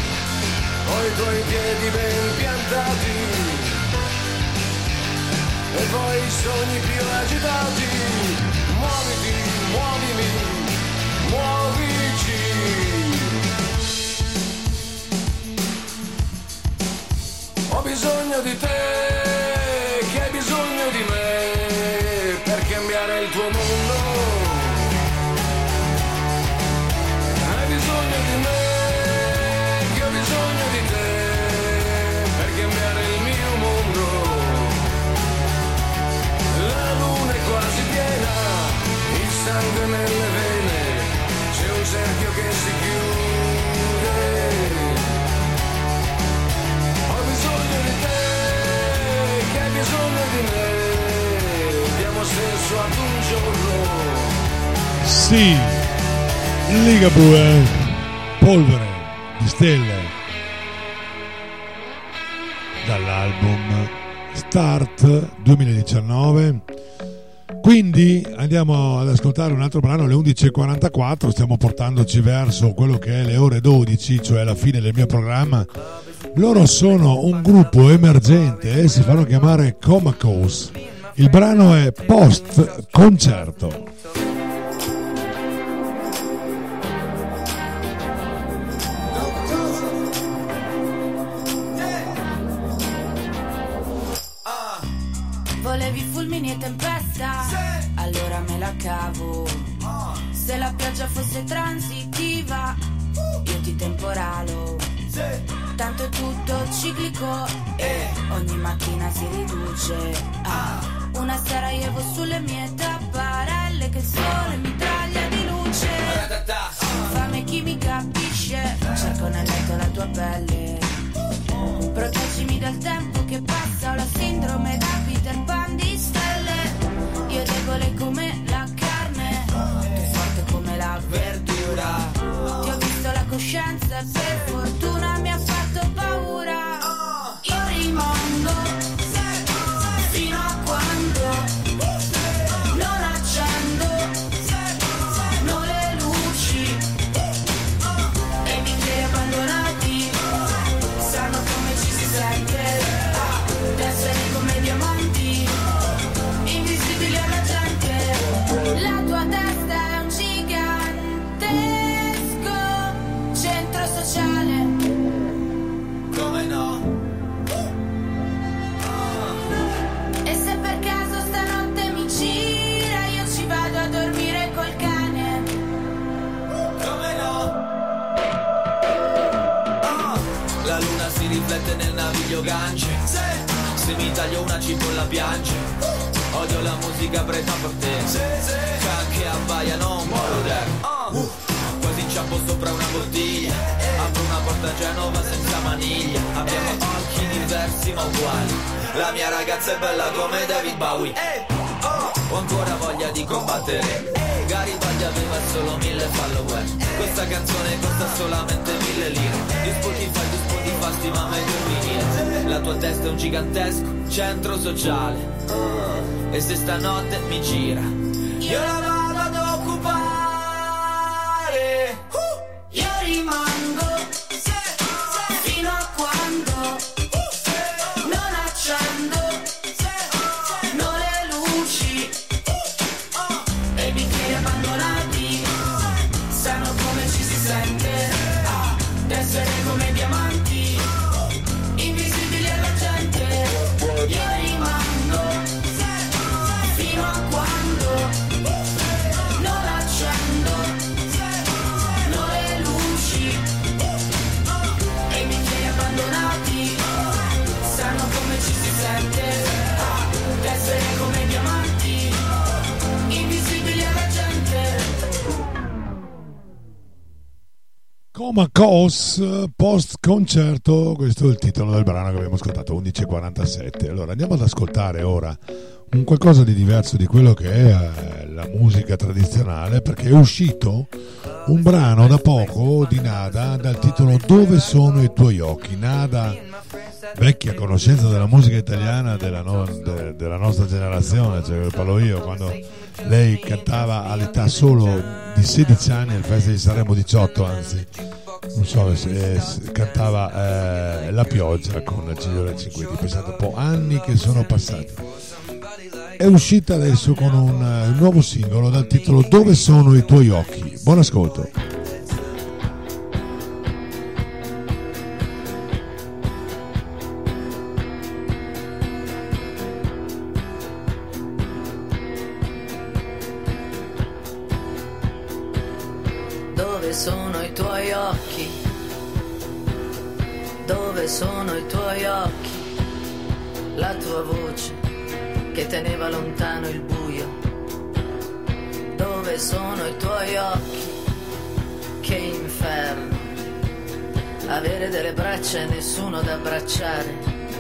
Poi i tuoi piedi ben piantati e poi i sogni più agitati. Muoviti, muovimi, muovici. Ho bisogno di te, che hai bisogno di me, per cambiare il tuo mondo. Hai bisogno di me, che ho bisogno di te, per cambiare il mio mondo. La luna è quasi piena, il sangue nelle vene, c'è un cerchio che si chiude. Ho bisogno di te, che hai bisogno di me, diamo senso ad un giorno. Sì, Ligabue, polvere di stelle, dall'album Start 2019. Quindi andiamo ad ascoltare un altro brano alle 11.44, stiamo portandoci verso quello che è le ore 12, cioè la fine del mio programma. Loro sono un gruppo emergente e si fanno chiamare Comacos. Il brano è Post Concerto. Volevi fulmini e tempesta? Allora me la cavo. Se la pioggia fosse transitiva, io ti temporalo. Tanto è tutto ciclico e ogni mattina si riduce. Una Sarajevo sulle mie tapparelle, che il sole mi taglia di luce. Fame chi mi capisce, cerco nel letto la tua pelle. Proteggimi dal tempo che passa, ho la sindrome da Peter Pan di stelle. Io debole come la carne, tu forte come la verdura. Ti ho visto la coscienza e per fortuna mi ha fatto paura. Io rimango fino a quando non accendo le luci e i bicchieri abbandonati sanno come ci si sente, d'essere come diamanti invisibili alla gente. La tua testa è un gigantesco centro sociale. Come no? E se per caso stanotte mi gira, io ci vado a dormire col cane. Come no? La luna si riflette nel naviglio Gange. Se mi taglio una cipolla piange. Odio la musica preta per te. Can che abbaiano un po' quasi inciampo sopra una bottiglia. Apro una porta a Genova senza maniglia. Abbiamo occhi diversi ma uguali. La mia ragazza è bella come David Bowie. Ho ancora voglia di combattere. Garibaldi aveva solo 1000 follower. Questa canzone costa solamente 1000 lire. Di Spotify stima meglio il vinile. La tua testa è un gigantesco centro sociale. E se stanotte mi gira, io la vado ad occupare. Io rimango fino a quando non accendo le luci e i bicchieri abbandonati sanno come ci si sente, d'essere come diamanti invisibili alla gente. Io rimango fino a quando non accendo le luci e i bicchieri abbandonati sanno come ci si sente, d'essere come diamanti invisibili alla gente. Comacos, Post Concerto, questo è il titolo del brano che abbiamo ascoltato, 11.47. Allora andiamo ad ascoltare ora un qualcosa di diverso di quello che è la musica tradizionale, perché è uscito un brano da poco di Nada dal titolo Dove sono i tuoi occhi. Nada, vecchia conoscenza della musica italiana della nostra generazione, cioè parlo io, quando lei cantava all'età solo di 16 anni al Festival di Sanremo, 18 anzi, non so, cantava La pioggia con Giglio Cinquetti. Pensate un po', anni che sono passati. è uscita adesso con un nuovo singolo dal titolo Dove sono i tuoi occhi. Buon ascolto. Dove sono i tuoi occhi? Dove sono i tuoi occhi? La tua voce che teneva lontano il buio. Dove sono i tuoi occhi? Che inferno. Avere delle braccia e nessuno da abbracciare.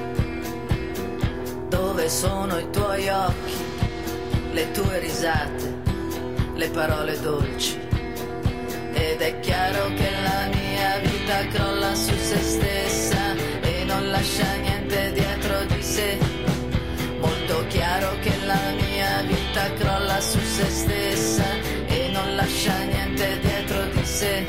Dove sono i tuoi occhi? Le tue risate, le parole dolci. Ed è chiaro che la mia vita crolla su se stessa e non lascia niente dietro di sé. Molto chiaro che la mia vita crolla su se stessa e non lascia niente dietro di sé.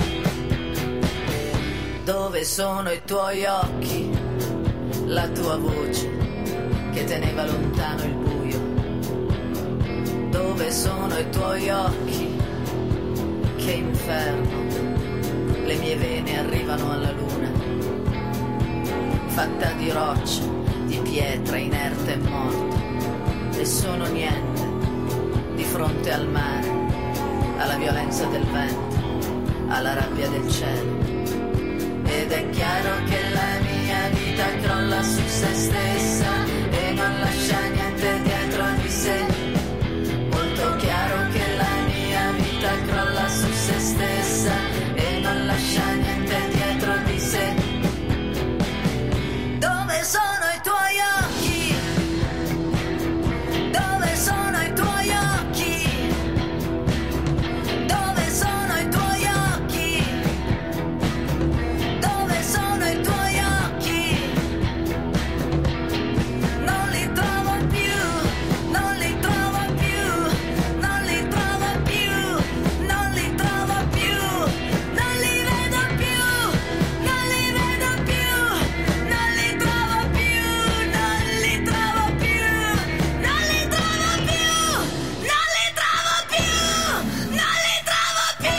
Dove sono i tuoi occhi? La tua voce che teneva lontano il buio. Dove sono i tuoi occhi? Che inferno, le mie vene arrivano alla luna, fatta di roccia, di pietra inerte e morta, e sono niente di fronte al mare, alla violenza del vento, alla rabbia del cielo. Ed è chiaro che la mia vita crolla su se stessa e non lascia niente dietro di sé. Molto chiaro che la mia vita crolla su se stessa e non lascia niente dietro di sé. Dove sono i tuoi occhi? Dove sono i tuoi occhi? Dove sono i tuoi occhi? Dove sono i tuoi occhi? Non li trovo più, non li trovo più, non li trovo più, non li trovo più, non li vedo più, non li vedo più, non li trovo più, non li trovo più, non li trovo più, non li trovo più, non li trovo più.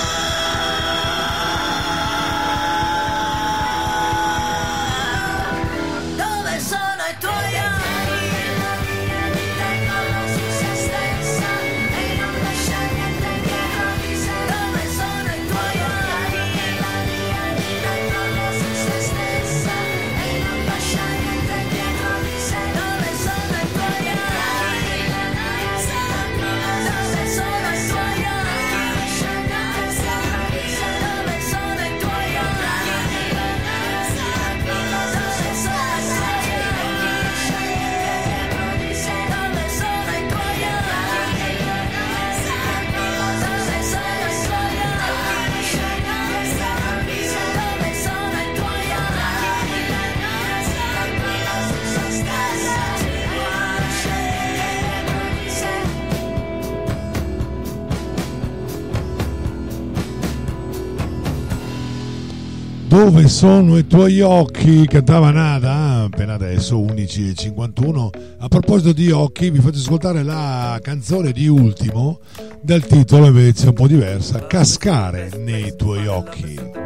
Dove sono i tuoi occhi? La mia vita crolla su se stessa e non lascia niente dietro di sé. Dove sono i tuoi occhi? La mia vita crolla su se stessa e non lascia niente dietro di sé. Dove sono i tuoi occhi? Dove sono i tuoi occhi? Dove sono i tuoi Dove sono i tuoi occhi? Cantava Nada appena adesso, 11:51. A proposito di occhi, vi faccio ascoltare la canzone di Ultimo, dal titolo invece un po' diversa, Cascare nei tuoi occhi.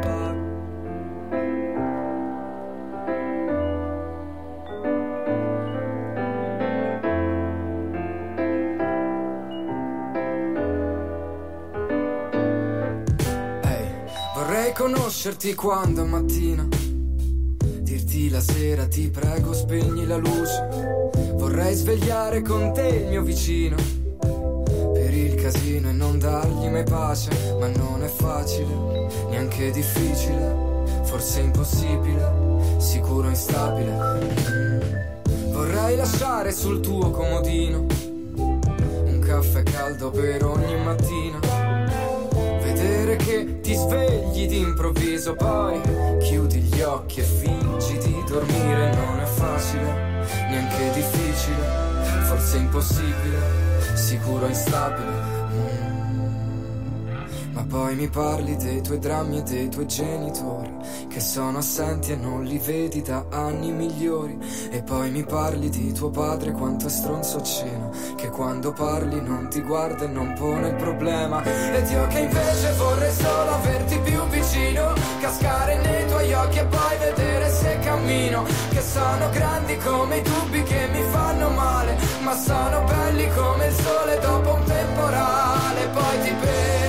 Vorrei conoscerti quando mattina, dirti la sera ti prego spegni la luce. Vorrei svegliare con te il mio vicino per il casino e non dargli mai pace. Ma non è facile, neanche difficile, forse impossibile, sicuro instabile. Vorrei lasciare sul tuo comodino un caffè caldo per ogni mattina, vedere che ti svegli d'improvviso, poi chiudi gli occhi e fingi di dormire. Non è facile, neanche difficile, forse impossibile, sicuro instabile. Ma poi mi parli dei tuoi drammi e dei tuoi genitori che sono assenti e non li vedi da anni migliori. E poi mi parli di tuo padre quanto è stronzo a cena, che quando parli non ti guarda e non pone il problema. Ed io che invece vorrei solo averti più vicino, cascare nei tuoi occhi e poi vedere se cammino. Che sono grandi come i dubbi che mi fanno male, ma sono belli come il sole dopo un temporale. Poi ti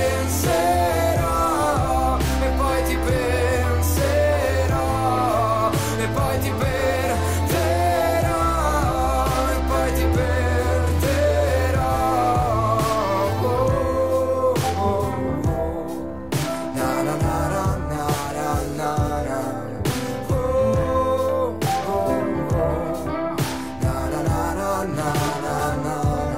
penserò e poi ti penserò e poi ti perderò e poi ti perderò. Oh, oh, oh. Na na na na na na na. Oh, oh, oh. Na na na na na na.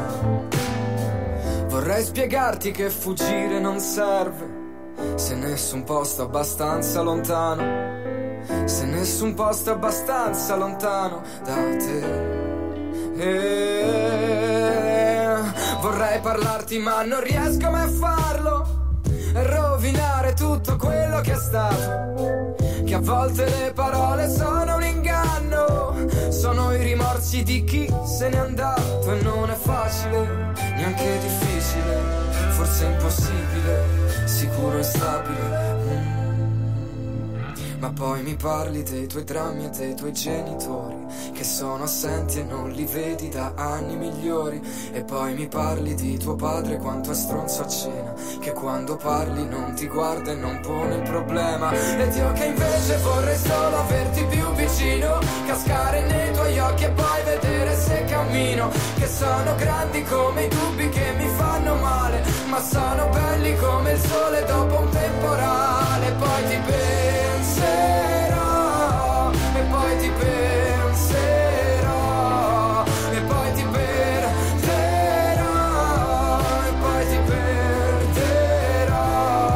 Vorrei spiegarti che fuggire non serve se nessun posto abbastanza lontano, se nessun posto abbastanza lontano da te. Vorrei parlarti ma non riesco mai a farlo, e rovinare tutto quello che è stato, che a volte le parole sono un inganno, sono i rimorsi di chi se n'è andato. E non è facile, neanche difficile, forse impossibile, sicuro e stabile. Ma poi mi parli dei tuoi drammi e dei tuoi genitori che sono assenti e non li vedi da anni migliori. E poi mi parli di tuo padre quanto è stronzo a cena, che quando parli non ti guarda e non pone il problema. Ed io che invece vorrei solo averti più vicino, cascare nei tuoi occhi e poi vedere se cammino. Che sono grandi come i dubbi che mi fanno male, ma sono belli come il sole dopo un temporale. Poi ti penserò e poi ti penserò e poi ti perderò e poi ti perderò.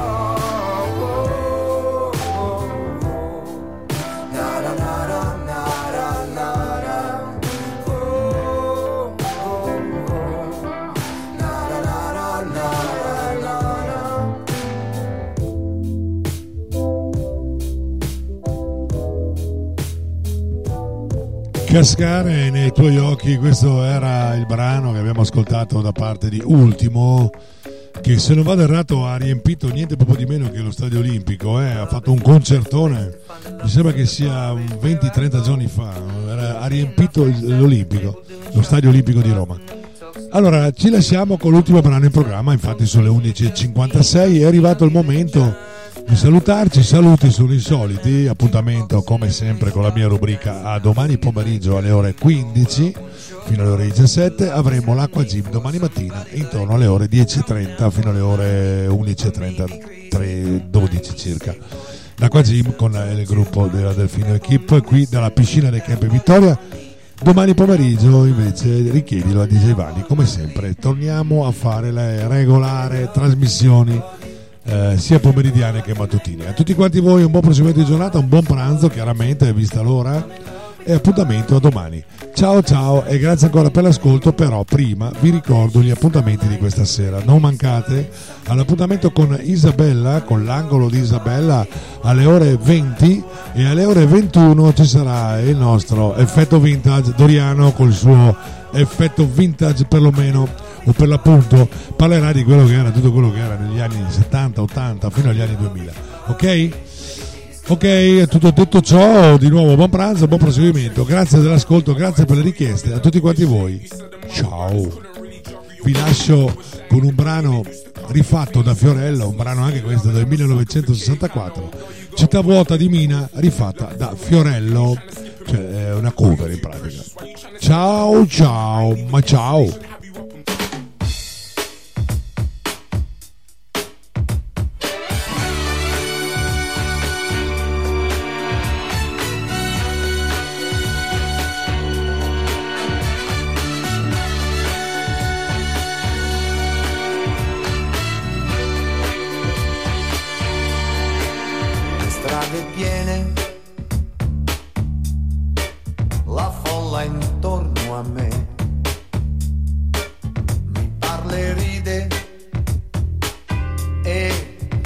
Oh, oh, oh. Na na na na na na na. Oh, oh, oh. Na na na na na na na. Cascare nei tuoi occhi, questo era il brano che abbiamo ascoltato da parte di Ultimo, che se non vado errato ha riempito niente proprio di meno che lo Stadio Olimpico, ha fatto un concertone, mi sembra che sia 20-30 giorni fa, ha riempito l'Olimpico, lo Stadio Olimpico di Roma. Allora ci lasciamo con l'ultimo brano in programma, infatti sono le 11.56, è arrivato il momento di salutarci. I saluti sono i soliti, appuntamento come sempre con la mia rubrica a domani pomeriggio alle ore 15 fino alle ore 17, avremo l'Acqua Gym domani mattina intorno alle ore 10.30 fino alle ore 11.30, 12 circa. L'Acqua Gym con il gruppo della Delfino Equip qui dalla piscina del Camp Vittoria. Domani pomeriggio invece richiedilo a DJ Vanni, come sempre torniamo a fare le regolari trasmissioni sia pomeridiane che mattutine. A tutti quanti voi un buon proseguimento di giornata, un buon pranzo chiaramente vista l'ora, e appuntamento a domani. Ciao ciao e grazie ancora per l'ascolto. Però prima vi ricordo gli appuntamenti di questa sera, non mancate all'appuntamento con Isabella, con l'angolo di Isabella alle ore 20, e alle ore 21 ci sarà il nostro effetto vintage Doriano col suo effetto vintage, perlomeno o per l'appunto parlerà di quello che era, tutto quello che era negli anni 70, 80 fino agli anni 2000. Ok, tutto detto ciò, di nuovo buon pranzo, buon proseguimento, grazie dell'ascolto, grazie per le richieste a tutti quanti voi. Ciao, vi lascio con un brano rifatto da Fiorello, un brano anche questo del 1964, Città vuota di Mina, rifatta da Fiorello, cioè è una cover in pratica. Ciao ma ciao. Piene, la folla intorno a me mi parla e ride e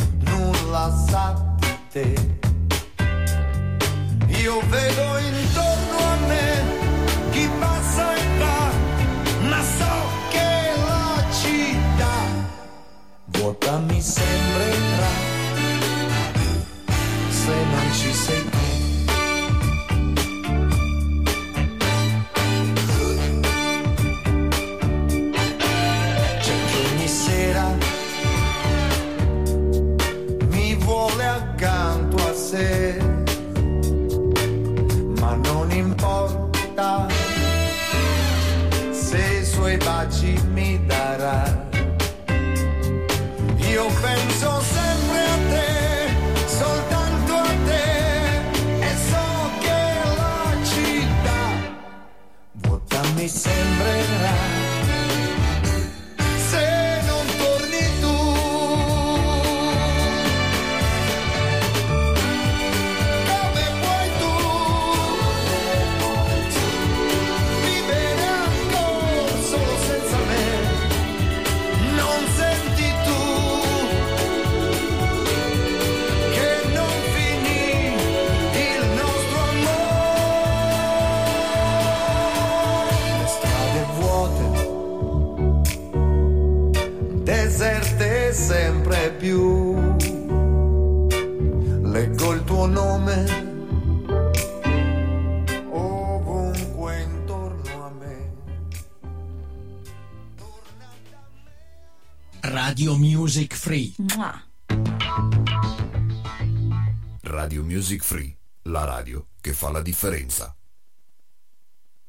Radio Music Free. Radio Music Free, la radio che fa la differenza.